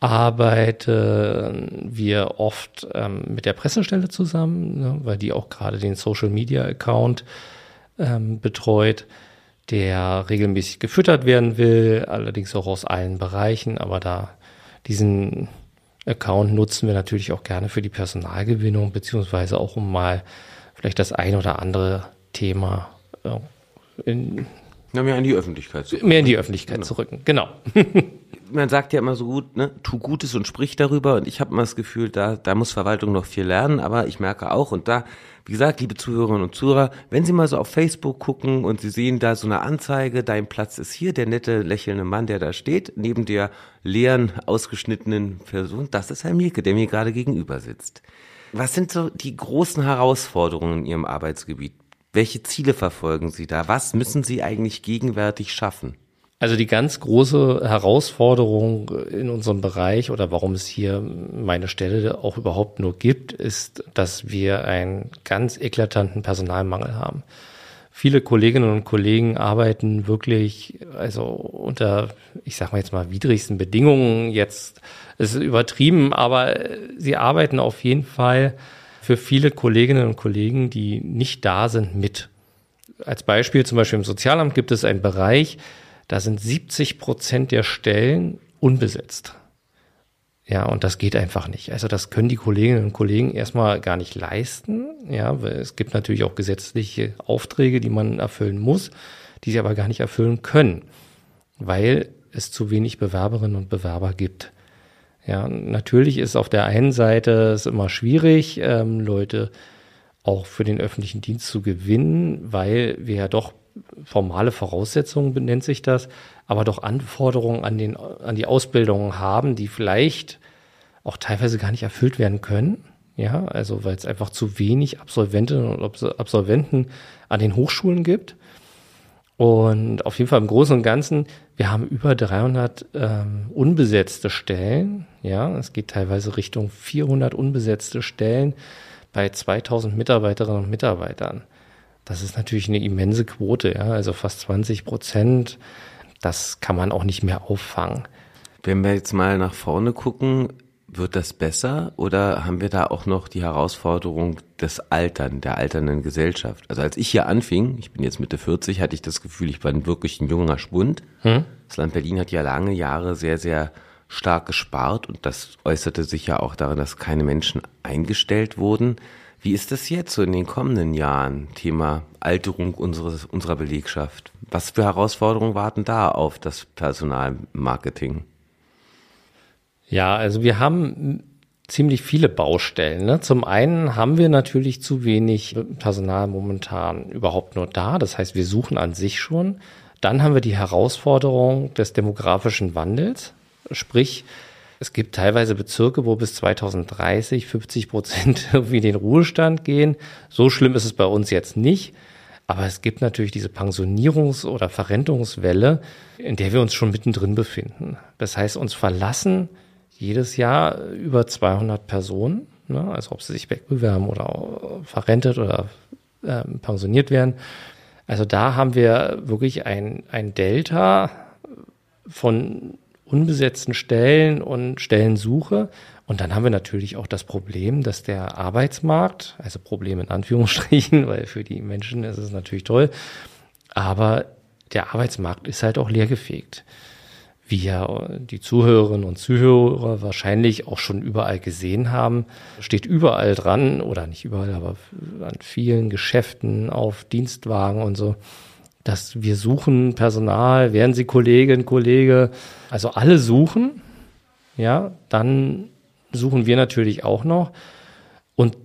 arbeiten wir oft ähm, mit der Pressestelle zusammen, ne, weil die auch gerade den Social-Media-Account ähm, betreut, der regelmäßig gefüttert werden will, allerdings auch aus allen Bereichen. Aber da diesen Account nutzen wir natürlich auch gerne für die Personalgewinnung, beziehungsweise auch um mal vielleicht das ein oder andere Thema äh, in, Na, mehr in die Öffentlichkeit zu rücken. Mehr in die Öffentlichkeit genau. zu rücken, genau. Man sagt ja immer so gut, ne, tu Gutes und sprich darüber. Und ich habe immer das Gefühl, da, da muss Verwaltung noch viel lernen. Aber ich merke auch, und da, wie gesagt, liebe Zuhörerinnen und Zuhörer, wenn Sie mal so auf Facebook gucken und Sie sehen da so eine Anzeige, dein Platz ist hier, der nette, lächelnde Mann, der da steht, neben der leeren, ausgeschnittenen Person, das ist Herr Mielke, der mir gerade gegenüber sitzt. Was sind so die großen Herausforderungen in Ihrem Arbeitsgebiet? Welche Ziele verfolgen Sie da? Was müssen Sie eigentlich gegenwärtig schaffen? Also die ganz große Herausforderung in unserem Bereich oder warum es hier meine Stelle auch überhaupt nur gibt, ist, dass wir einen ganz eklatanten Personalmangel haben. Viele Kolleginnen und Kollegen arbeiten wirklich, also unter, ich sag mal jetzt mal, widrigsten Bedingungen. Jetzt ist es übertrieben, aber sie arbeiten auf jeden Fall für viele Kolleginnen und Kollegen, die nicht da sind, mit. Als Beispiel zum Beispiel im Sozialamt gibt es einen Bereich, da sind siebzig Prozent der Stellen unbesetzt. Ja, und das geht einfach nicht. Also das können die Kolleginnen und Kollegen erstmal gar nicht leisten. Ja, weil es gibt natürlich auch gesetzliche Aufträge, die man erfüllen muss, die sie aber gar nicht erfüllen können, weil es zu wenig Bewerberinnen und Bewerber gibt. Ja, natürlich ist auf der einen Seite es immer schwierig, ähm, Leute auch für den öffentlichen Dienst zu gewinnen, weil wir ja doch formale Voraussetzungen, benennt sich das, aber doch Anforderungen an den, an die Ausbildungen haben, die vielleicht auch teilweise gar nicht erfüllt werden können. Ja, also weil es einfach zu wenig Absolventinnen und Absolventen an den Hochschulen gibt. Und auf jeden Fall im Großen und Ganzen, wir haben über dreihundert ähm, unbesetzte Stellen. Ja, es geht teilweise Richtung vierhundert unbesetzte Stellen bei zweitausend Mitarbeiterinnen und Mitarbeitern. Das ist natürlich eine immense Quote, ja, also fast zwanzig Prozent. Das kann man auch nicht mehr auffangen. Wenn wir jetzt mal nach vorne gucken, Wird das besser oder haben wir da auch noch die Herausforderung des Altern, der alternden Gesellschaft? Also als ich hier anfing, ich bin jetzt Mitte vierzig, hatte ich das Gefühl, ich war wirklich ein junger Spund. Hm? Das Land Berlin hat ja lange Jahre sehr, sehr stark gespart und das äußerte sich ja auch darin, dass keine Menschen eingestellt wurden. Wie ist das jetzt so in den kommenden Jahren, Thema Alterung unseres, unserer Belegschaft? Was für Herausforderungen warten da auf das Personalmarketing? Ja, also wir haben ziemlich viele Baustellen. Ne? Zum einen haben wir natürlich zu wenig Personal momentan überhaupt nur da. Das heißt, wir suchen an sich schon. Dann haben wir die Herausforderung des demografischen Wandels. Sprich, es gibt teilweise Bezirke, wo bis zweitausenddreißig fünfzig Prozent irgendwie in den Ruhestand gehen. So schlimm ist es bei uns jetzt nicht. Aber es gibt natürlich diese Pensionierungs- oder Verrentungswelle, in der wir uns schon mittendrin befinden. Das heißt, uns verlassen jedes Jahr über zweihundert Personen, ne, also ob sie sich wegbewerben oder verrentet oder äh, pensioniert werden. Also da haben wir wirklich ein, ein Delta von unbesetzten Stellen und Stellensuche. Und dann haben wir natürlich auch das Problem, dass der Arbeitsmarkt, also Problem in Anführungsstrichen, weil für die Menschen ist es natürlich toll, aber der Arbeitsmarkt ist halt auch leergefegt. Wie ja die Zuhörerinnen und Zuhörer wahrscheinlich auch schon überall gesehen haben, steht überall dran, oder nicht überall, aber an vielen Geschäften auf Dienstwagen und so, dass wir suchen Personal, werden Sie Kollegin, Kollege, also alle suchen, ja, dann suchen wir natürlich auch noch. Und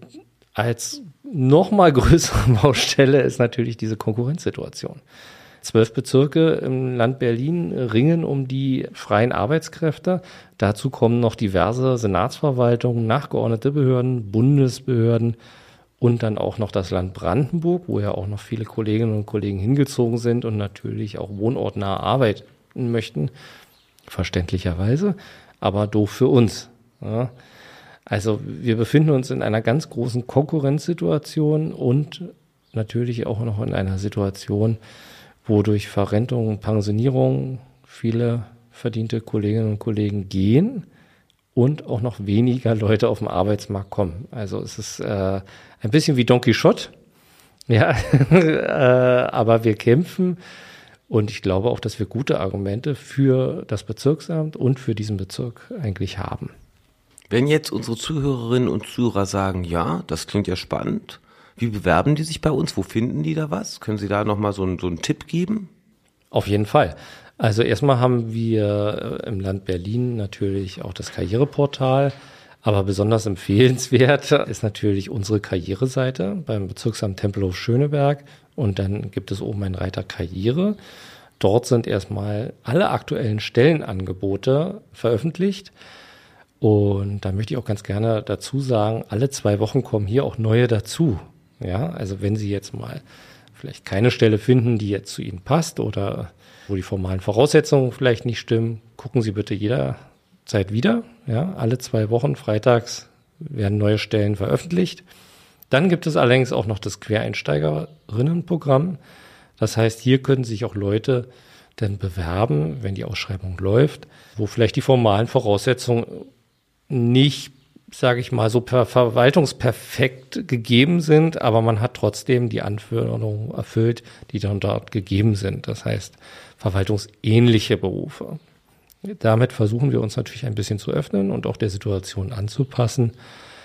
als noch mal größere Baustelle ist natürlich diese Konkurrenzsituation. Zwölf Bezirke im Land Berlin ringen um die freien Arbeitskräfte. Dazu kommen noch diverse Senatsverwaltungen, nachgeordnete Behörden, Bundesbehörden und dann auch noch das Land Brandenburg, wo ja auch noch viele Kolleginnen und Kollegen hingezogen sind und natürlich auch wohnortnah arbeiten möchten, verständlicherweise, aber doof für uns. Ja. Also wir befinden uns in einer ganz großen Konkurrenzsituation und natürlich auch noch in einer Situation, wo durch Verrentung und Pensionierung viele verdiente Kolleginnen und Kollegen gehen und auch noch weniger Leute auf den Arbeitsmarkt kommen. Also es ist äh, ein bisschen wie Don Quixote, ja, äh, aber wir kämpfen und ich glaube auch, dass wir gute Argumente für das Bezirksamt und für diesen Bezirk eigentlich haben. Wenn jetzt unsere Zuhörerinnen und Zuhörer sagen, ja, das klingt ja spannend, wie bewerben die sich bei uns? Wo finden die da was? Können Sie da nochmal so, so einen Tipp geben? Auf jeden Fall. Also erstmal haben wir im Land Berlin natürlich auch das Karriereportal, aber besonders empfehlenswert ist natürlich unsere Karriereseite beim Bezirksamt Tempelhof-Schöneberg und dann gibt es oben einen Reiter Karriere. Dort sind erstmal alle aktuellen Stellenangebote veröffentlicht. Und da möchte ich auch ganz gerne dazu sagen, alle zwei Wochen kommen hier auch neue dazu. Ja, also wenn Sie jetzt mal vielleicht keine Stelle finden, die jetzt zu Ihnen passt oder wo die formalen Voraussetzungen vielleicht nicht stimmen, gucken Sie bitte jederzeit wieder. Ja, alle zwei Wochen freitags werden neue Stellen veröffentlicht. Dann gibt es allerdings auch noch das Quereinsteigerinnenprogramm. Das heißt, hier können sich auch Leute dann bewerben, wenn die Ausschreibung läuft, wo vielleicht die formalen Voraussetzungen nicht, sage ich mal, so per verwaltungsperfekt gegeben sind, aber man hat trotzdem die Anforderungen erfüllt, die dann dort gegeben sind. Das heißt, verwaltungsähnliche Berufe. Damit versuchen wir uns natürlich ein bisschen zu öffnen und auch der Situation anzupassen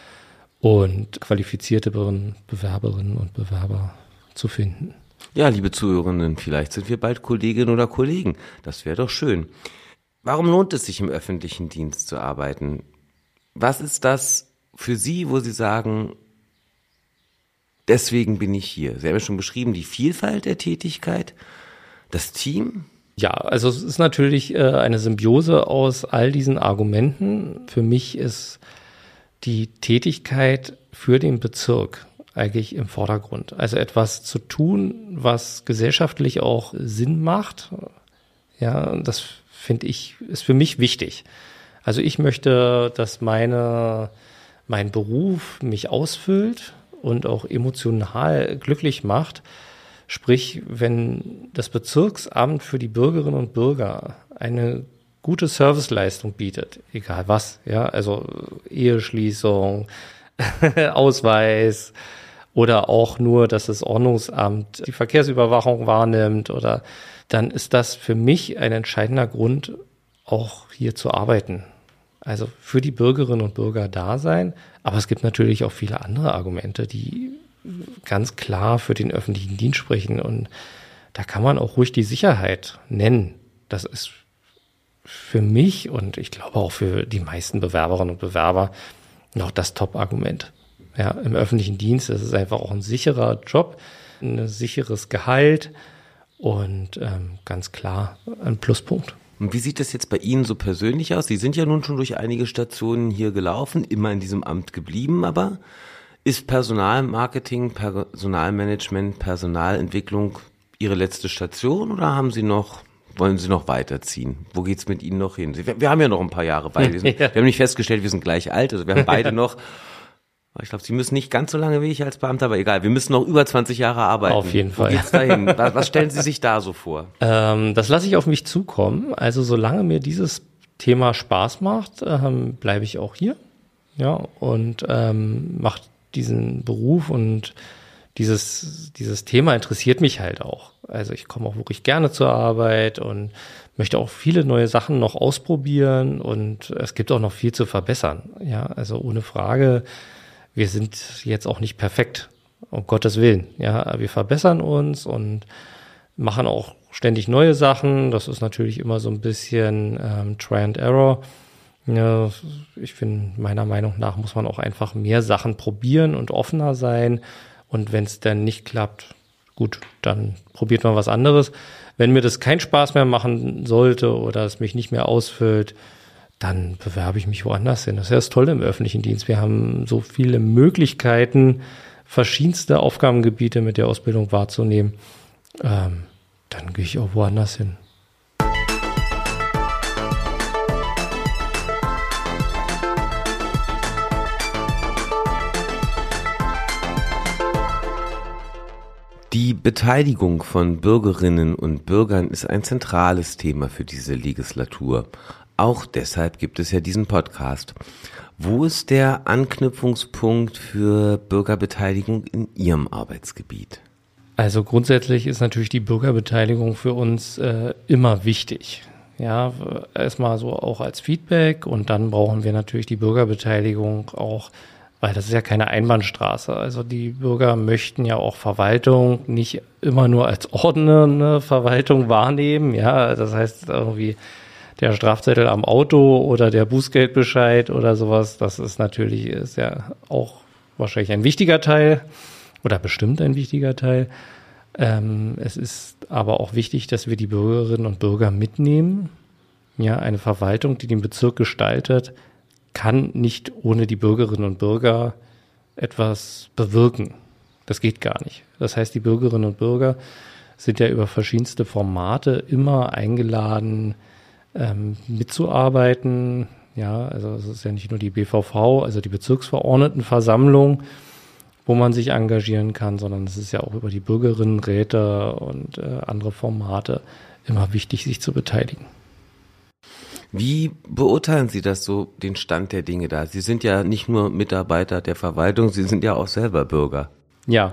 und qualifizierte Bewerberinnen und Bewerber zu finden. Ja, liebe Zuhörerinnen, vielleicht sind wir bald Kolleginnen oder Kollegen. Das wäre doch schön. Warum lohnt es sich, im öffentlichen Dienst zu arbeiten? Was ist das für Sie, wo Sie sagen, deswegen bin ich hier? Sie haben ja schon beschrieben, die Vielfalt der Tätigkeit, das Team. Ja, also es ist natürlich äh, eine Symbiose aus all diesen Argumenten. Für mich ist die Tätigkeit für den Bezirk eigentlich im Vordergrund. Also etwas zu tun, was gesellschaftlich auch Sinn macht. Ja, das finde ich, ist für mich wichtig. Also ich möchte, dass meine, mein Beruf mich ausfüllt und auch emotional glücklich macht. Sprich, wenn das Bezirksamt für die Bürgerinnen und Bürger eine gute Serviceleistung bietet, egal was, ja, also Eheschließung, Ausweis oder auch nur, dass das Ordnungsamt die Verkehrsüberwachung wahrnimmt, oder dann ist das für mich ein entscheidender Grund, auch hier zu arbeiten. Also für die Bürgerinnen und Bürger da sein, aber es gibt natürlich auch viele andere Argumente, die ganz klar für den öffentlichen Dienst sprechen, und da kann man auch ruhig die Sicherheit nennen. Das ist für mich und ich glaube auch für die meisten Bewerberinnen und Bewerber noch das Top-Argument. Ja, im öffentlichen Dienst ist es einfach auch ein sicherer Job, ein sicheres Gehalt und ähm, ganz klar ein Pluspunkt. Und wie sieht das jetzt bei Ihnen so persönlich aus? Sie sind ja nun schon durch einige Stationen hier gelaufen, immer in diesem Amt geblieben, aber ist Personalmarketing, Personalmanagement, Personalentwicklung Ihre letzte Station, oder haben Sie noch, wollen Sie noch weiterziehen? Wo geht's mit Ihnen noch hin? Wir, wir haben ja noch ein paar Jahre bei. Wir, sind, ja. wir haben nicht festgestellt, wir sind gleich alt, also wir haben beide noch. Ich glaube, Sie müssen nicht ganz so lange wie ich als Beamter, aber egal, wir müssen noch über zwanzig Jahre arbeiten. Auf jeden Fall. Wo geht's dahin? Was, was stellen Sie sich da so vor? Ähm, das lasse ich auf mich zukommen. Also solange mir dieses Thema Spaß macht, ähm, bleibe ich auch hier. Ja, und ähm, mache diesen Beruf, und dieses, dieses Thema interessiert mich halt auch. Also ich komme auch wirklich gerne zur Arbeit und möchte auch viele neue Sachen noch ausprobieren, und es gibt auch noch viel zu verbessern. Ja, also ohne Frage. Wir sind jetzt auch nicht perfekt, um Gottes Willen. Ja, wir verbessern uns und machen auch ständig neue Sachen. Das ist natürlich immer so ein bisschen ähm, Try and Error. Ja, ich finde, meiner Meinung nach muss man auch einfach mehr Sachen probieren und offener sein. Und wenn es dann nicht klappt, gut, dann probiert man was anderes. Wenn mir das keinen Spaß mehr machen sollte oder es mich nicht mehr ausfüllt, dann bewerbe ich mich woanders hin. Das ist ja das Tolle im öffentlichen Dienst. Wir haben so viele Möglichkeiten, verschiedenste Aufgabengebiete mit der Ausbildung wahrzunehmen. Ähm, dann gehe ich auch woanders hin. Die Beteiligung von Bürgerinnen und Bürgern ist ein zentrales Thema für diese Legislatur. Auch deshalb gibt es ja diesen Podcast. Wo ist der Anknüpfungspunkt für Bürgerbeteiligung in Ihrem Arbeitsgebiet? Also grundsätzlich ist natürlich die Bürgerbeteiligung für uns äh, immer wichtig. Ja, erstmal so auch als Feedback, und dann brauchen wir natürlich die Bürgerbeteiligung auch, weil das ist ja keine Einbahnstraße. Also die Bürger möchten ja auch Verwaltung nicht immer nur als ordnende Verwaltung wahrnehmen. Ja, das heißt irgendwie der Strafzettel am Auto oder der Bußgeldbescheid oder sowas, das ist natürlich, ist ja auch wahrscheinlich ein wichtiger Teil oder bestimmt ein wichtiger Teil. Ähm, es ist aber auch wichtig, dass wir die Bürgerinnen und Bürger mitnehmen. Ja, eine Verwaltung, die den Bezirk gestaltet, kann nicht ohne die Bürgerinnen und Bürger etwas bewirken. Das geht gar nicht. Das heißt, die Bürgerinnen und Bürger sind ja über verschiedenste Formate immer eingeladen, ähm, mitzuarbeiten. Ja, also es ist ja nicht nur die B V V, also die Bezirksverordnetenversammlung, wo man sich engagieren kann, sondern es ist ja auch über die Bürgerinnenräte und äh, andere Formate immer wichtig, sich zu beteiligen. Wie beurteilen Sie das so, den Stand der Dinge da? Sie sind ja nicht nur Mitarbeiter der Verwaltung, Sie sind ja auch selber Bürger. Ja,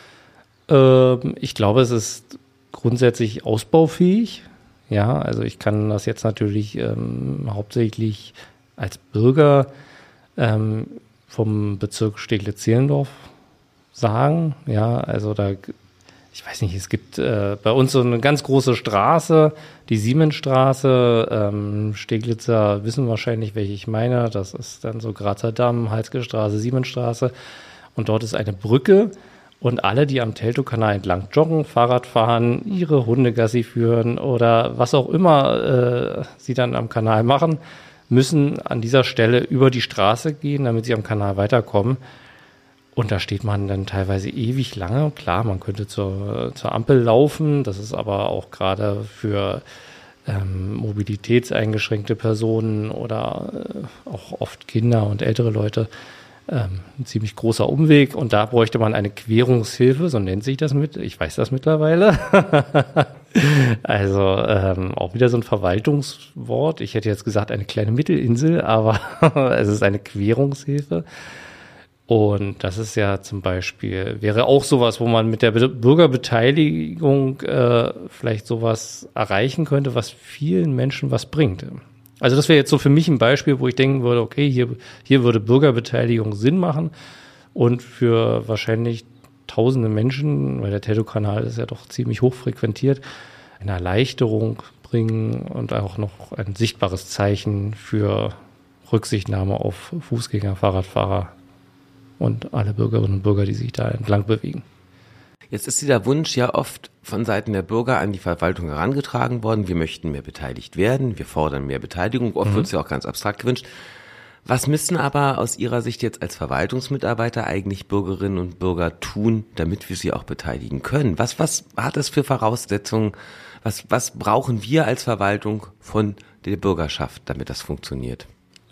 ähm, ich glaube, es ist grundsätzlich ausbaufähig. Ja, also ich kann das jetzt natürlich ähm, hauptsächlich als Bürger ähm, vom Bezirk Steglitz-Zehlendorf sagen. Ja, also da, ich weiß nicht, es gibt äh, bei uns so eine ganz große Straße, die Siemensstraße. Ähm, Steglitzer wissen wahrscheinlich, welche ich meine. Das ist dann so Grazer Damm, Halske Straße, Siemensstraße. Und dort ist eine Brücke. Und alle, die am Teltow-Kanal entlang joggen, Fahrrad fahren, ihre Hunde Gassi führen oder was auch immer äh, sie dann am Kanal machen, müssen an dieser Stelle über die Straße gehen, damit sie am Kanal weiterkommen. Und da steht man dann teilweise ewig lange. Klar, man könnte zur, zur Ampel laufen. Das ist aber auch gerade für ähm, mobilitätseingeschränkte Personen oder äh, auch oft Kinder und ältere Leute ähm, ein ziemlich großer Umweg und da bräuchte man eine Querungshilfe, so nennt sich das mit, ich weiß das mittlerweile. Also ähm, auch wieder so ein Verwaltungswort. Ich hätte jetzt gesagt eine kleine Mittelinsel, aber es ist eine Querungshilfe. Und das ist ja zum Beispiel, wäre auch sowas, wo man mit der Bürgerbeteiligung äh, vielleicht sowas erreichen könnte, was vielen Menschen was bringt. Also das wäre jetzt so für mich ein Beispiel, wo ich denken würde, okay, hier, hier würde Bürgerbeteiligung Sinn machen und für wahrscheinlich tausende Menschen, weil der Teltow-Kanal ist ja doch ziemlich hoch frequentiert, eine Erleichterung bringen und auch noch ein sichtbares Zeichen für Rücksichtnahme auf Fußgänger, Fahrradfahrer und alle Bürgerinnen und Bürger, die sich da entlang bewegen. Jetzt ist dieser Wunsch ja oft von Seiten der Bürger an die Verwaltung herangetragen worden. Wir möchten mehr beteiligt werden, wir fordern mehr Beteiligung. Oft mhm. wird es ja auch ganz abstrakt gewünscht. Was müssen aber aus Ihrer Sicht jetzt als Verwaltungsmitarbeiter eigentlich Bürgerinnen und Bürger tun, damit wir sie auch beteiligen können? Was, was hat es für Voraussetzungen? Was, was brauchen wir als Verwaltung von der Bürgerschaft, damit das funktioniert?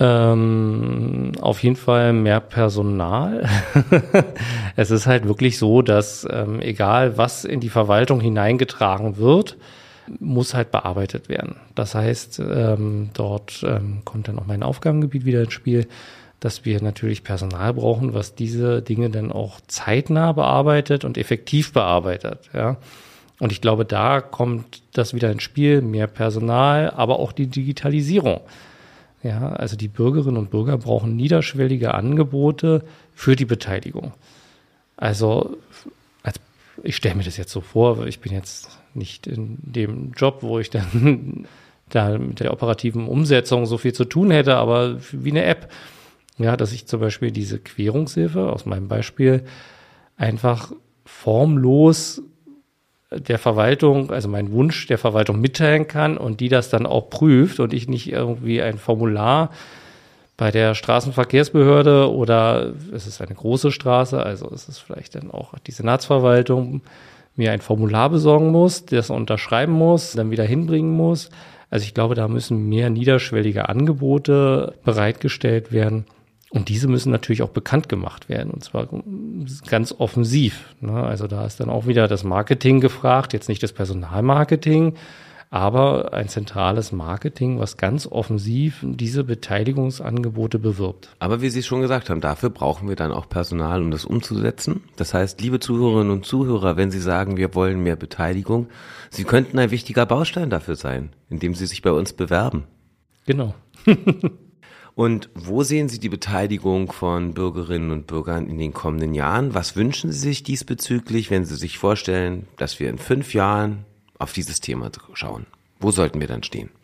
Ähm, auf jeden Fall mehr Personal. Es ist halt wirklich so, dass ähm, egal was in die Verwaltung hineingetragen wird, muss halt bearbeitet werden. Das heißt, ähm, dort ähm, kommt dann auch mein Aufgabengebiet wieder ins Spiel, dass wir natürlich Personal brauchen, was diese Dinge dann auch zeitnah bearbeitet und effektiv bearbeitet. Ja. Und ich glaube, da kommt das wieder ins Spiel, mehr Personal, aber auch die Digitalisierung. Ja, also die Bürgerinnen und Bürger brauchen niederschwellige Angebote für die Beteiligung. Also, als, ich stelle mir das jetzt so vor, ich bin jetzt nicht in dem Job, wo ich dann da mit der operativen Umsetzung so viel zu tun hätte, aber wie eine App. Ja, dass ich zum Beispiel diese Querungshilfe aus meinem Beispiel einfach formlos der Verwaltung, also mein Wunsch der Verwaltung mitteilen kann und die das dann auch prüft und ich nicht irgendwie ein Formular bei der Straßenverkehrsbehörde oder es ist eine große Straße, also es ist vielleicht dann auch die Senatsverwaltung, mir ein Formular besorgen muss, das unterschreiben muss, dann wieder hinbringen muss. Also ich glaube, da müssen mehr niederschwellige Angebote bereitgestellt werden. Und diese müssen natürlich auch bekannt gemacht werden, und zwar ganz offensiv. Also da ist dann auch wieder das Marketing gefragt, jetzt nicht das Personalmarketing, aber ein zentrales Marketing, was ganz offensiv diese Beteiligungsangebote bewirbt. Aber wie Sie schon gesagt haben, dafür brauchen wir dann auch Personal, um das umzusetzen. Das heißt, liebe Zuhörerinnen und Zuhörer, wenn Sie sagen, wir wollen mehr Beteiligung, Sie könnten ein wichtiger Baustein dafür sein, indem Sie sich bei uns bewerben. Genau. Und wo sehen Sie die Beteiligung von Bürgerinnen und Bürgern in den kommenden Jahren? Was wünschen Sie sich diesbezüglich, wenn Sie sich vorstellen, dass wir in fünf Jahren auf dieses Thema schauen? Wo sollten wir dann stehen?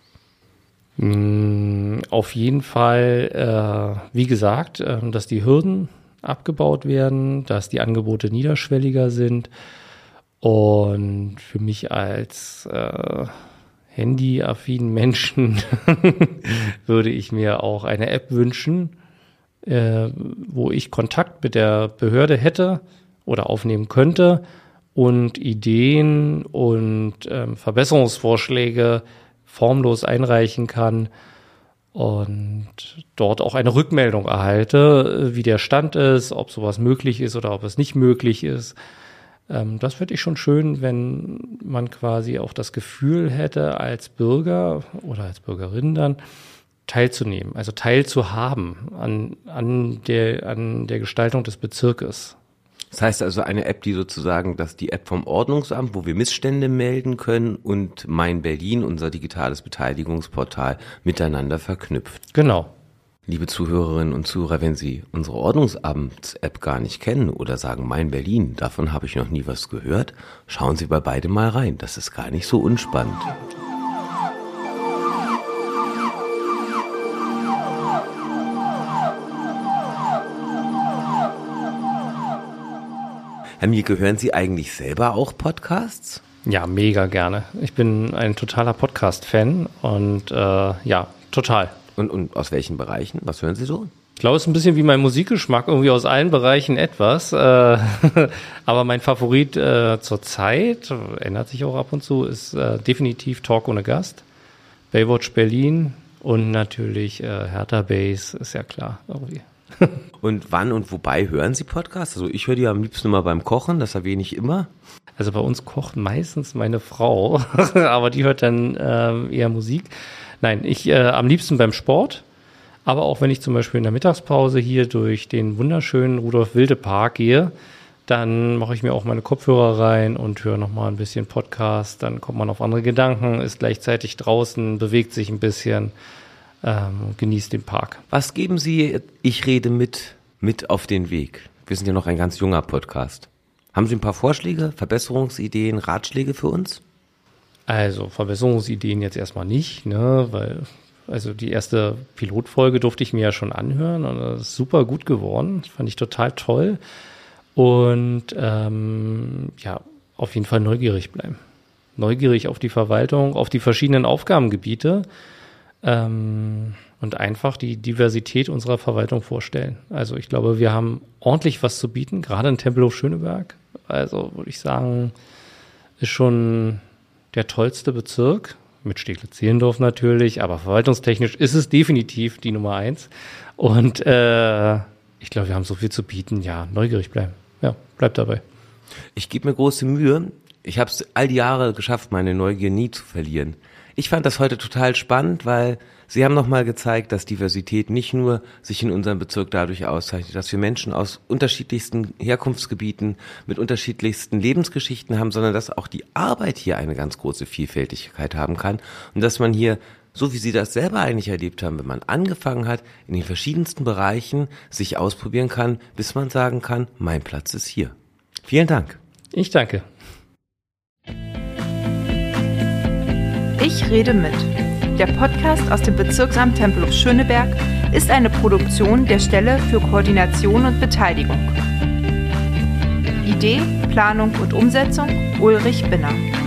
Auf jeden Fall, äh, wie gesagt, äh, dass die Hürden abgebaut werden, dass die Angebote niederschwelliger sind. Und für mich als äh, handyaffinen Menschen würde ich mir auch eine App wünschen, äh, wo ich Kontakt mit der Behörde hätte oder aufnehmen könnte und Ideen und ähm, Verbesserungsvorschläge formlos einreichen kann und dort auch eine Rückmeldung erhalte, wie der Stand ist, ob sowas möglich ist oder ob es nicht möglich ist. Das finde ich schon schön, wenn man quasi auch das Gefühl hätte, als Bürger oder als Bürgerin dann teilzunehmen, also teilzuhaben an, an, der, an der Gestaltung des Bezirkes. Das heißt also eine App, die sozusagen, dass die App vom Ordnungsamt, wo wir Missstände melden können, und Mein Berlin, unser digitales Beteiligungsportal, miteinander verknüpft. Genau. Liebe Zuhörerinnen und Zuhörer, wenn Sie unsere Ordnungsamts-App gar nicht kennen oder sagen, Mein Berlin, davon habe ich noch nie was gehört, schauen Sie bei beidem mal rein. Das ist gar nicht so unspannend. Herr Mielke, hören Sie eigentlich selber auch Podcasts? Ja, mega gerne. Ich bin ein totaler Podcast-Fan und äh, ja, total. Und, und aus welchen Bereichen? Was hören Sie so? Ich glaube, es ist ein bisschen wie mein Musikgeschmack, irgendwie aus allen Bereichen etwas. Äh, aber mein Favorit äh, zur Zeit, ändert sich auch ab und zu, ist äh, definitiv Talk ohne Gast, Baywatch Berlin und natürlich äh, Hertha Base, ist ja klar. Irgendwie. Und wann und wobei hören Sie Podcasts? Also ich höre die am liebsten immer beim Kochen, das erwähne ich immer. Also bei uns kocht meistens meine Frau, aber die hört dann ähm, eher Musik. Nein, ich äh, am liebsten beim Sport, aber auch wenn ich zum Beispiel in der Mittagspause hier durch den wunderschönen Rudolf-Wilde-Park gehe, dann mache ich mir auch meine Kopfhörer rein und höre nochmal ein bisschen Podcast, dann kommt man auf andere Gedanken, ist gleichzeitig draußen, bewegt sich ein bisschen ähm, und genießt den Park. Was geben Sie, ich rede mit, mit auf den Weg? Wir sind ja noch ein ganz junger Podcast. Haben Sie ein paar Vorschläge, Verbesserungsideen, Ratschläge für uns? Also Verbesserungsideen jetzt erstmal nicht, ne, weil also die erste Pilotfolge durfte ich mir ja schon anhören und das ist super gut geworden, das fand ich total toll. Und ähm, ja, auf jeden Fall neugierig bleiben. Neugierig auf die Verwaltung, auf die verschiedenen Aufgabengebiete ähm, und einfach die Diversität unserer Verwaltung vorstellen. Also ich glaube, wir haben ordentlich was zu bieten, gerade in Tempelhof Schöneberg. Also würde ich sagen, ist schon der tollste Bezirk, mit Steglitz-Zehlendorf natürlich, aber verwaltungstechnisch ist es definitiv die Nummer eins. Und äh, ich glaube, wir haben so viel zu bieten, ja, neugierig bleiben. Ja, bleib dabei. Ich gebe mir große Mühe. Ich habe es all die Jahre geschafft, meine Neugier nie zu verlieren. Ich fand das heute total spannend, weil Sie haben nochmal gezeigt, dass Diversität nicht nur sich in unserem Bezirk dadurch auszeichnet, dass wir Menschen aus unterschiedlichsten Herkunftsgebieten mit unterschiedlichsten Lebensgeschichten haben, sondern dass auch die Arbeit hier eine ganz große Vielfältigkeit haben kann und dass man hier, so wie Sie das selber eigentlich erlebt haben, wenn man angefangen hat, in den verschiedensten Bereichen sich ausprobieren kann, bis man sagen kann, mein Platz ist hier. Vielen Dank. Ich danke. Ich rede mit. Der Podcast aus dem Bezirksamt Tempelhof Schöneberg ist eine Produktion der Stelle für Koordination und Beteiligung. Idee, Planung und Umsetzung Ulrich Binner.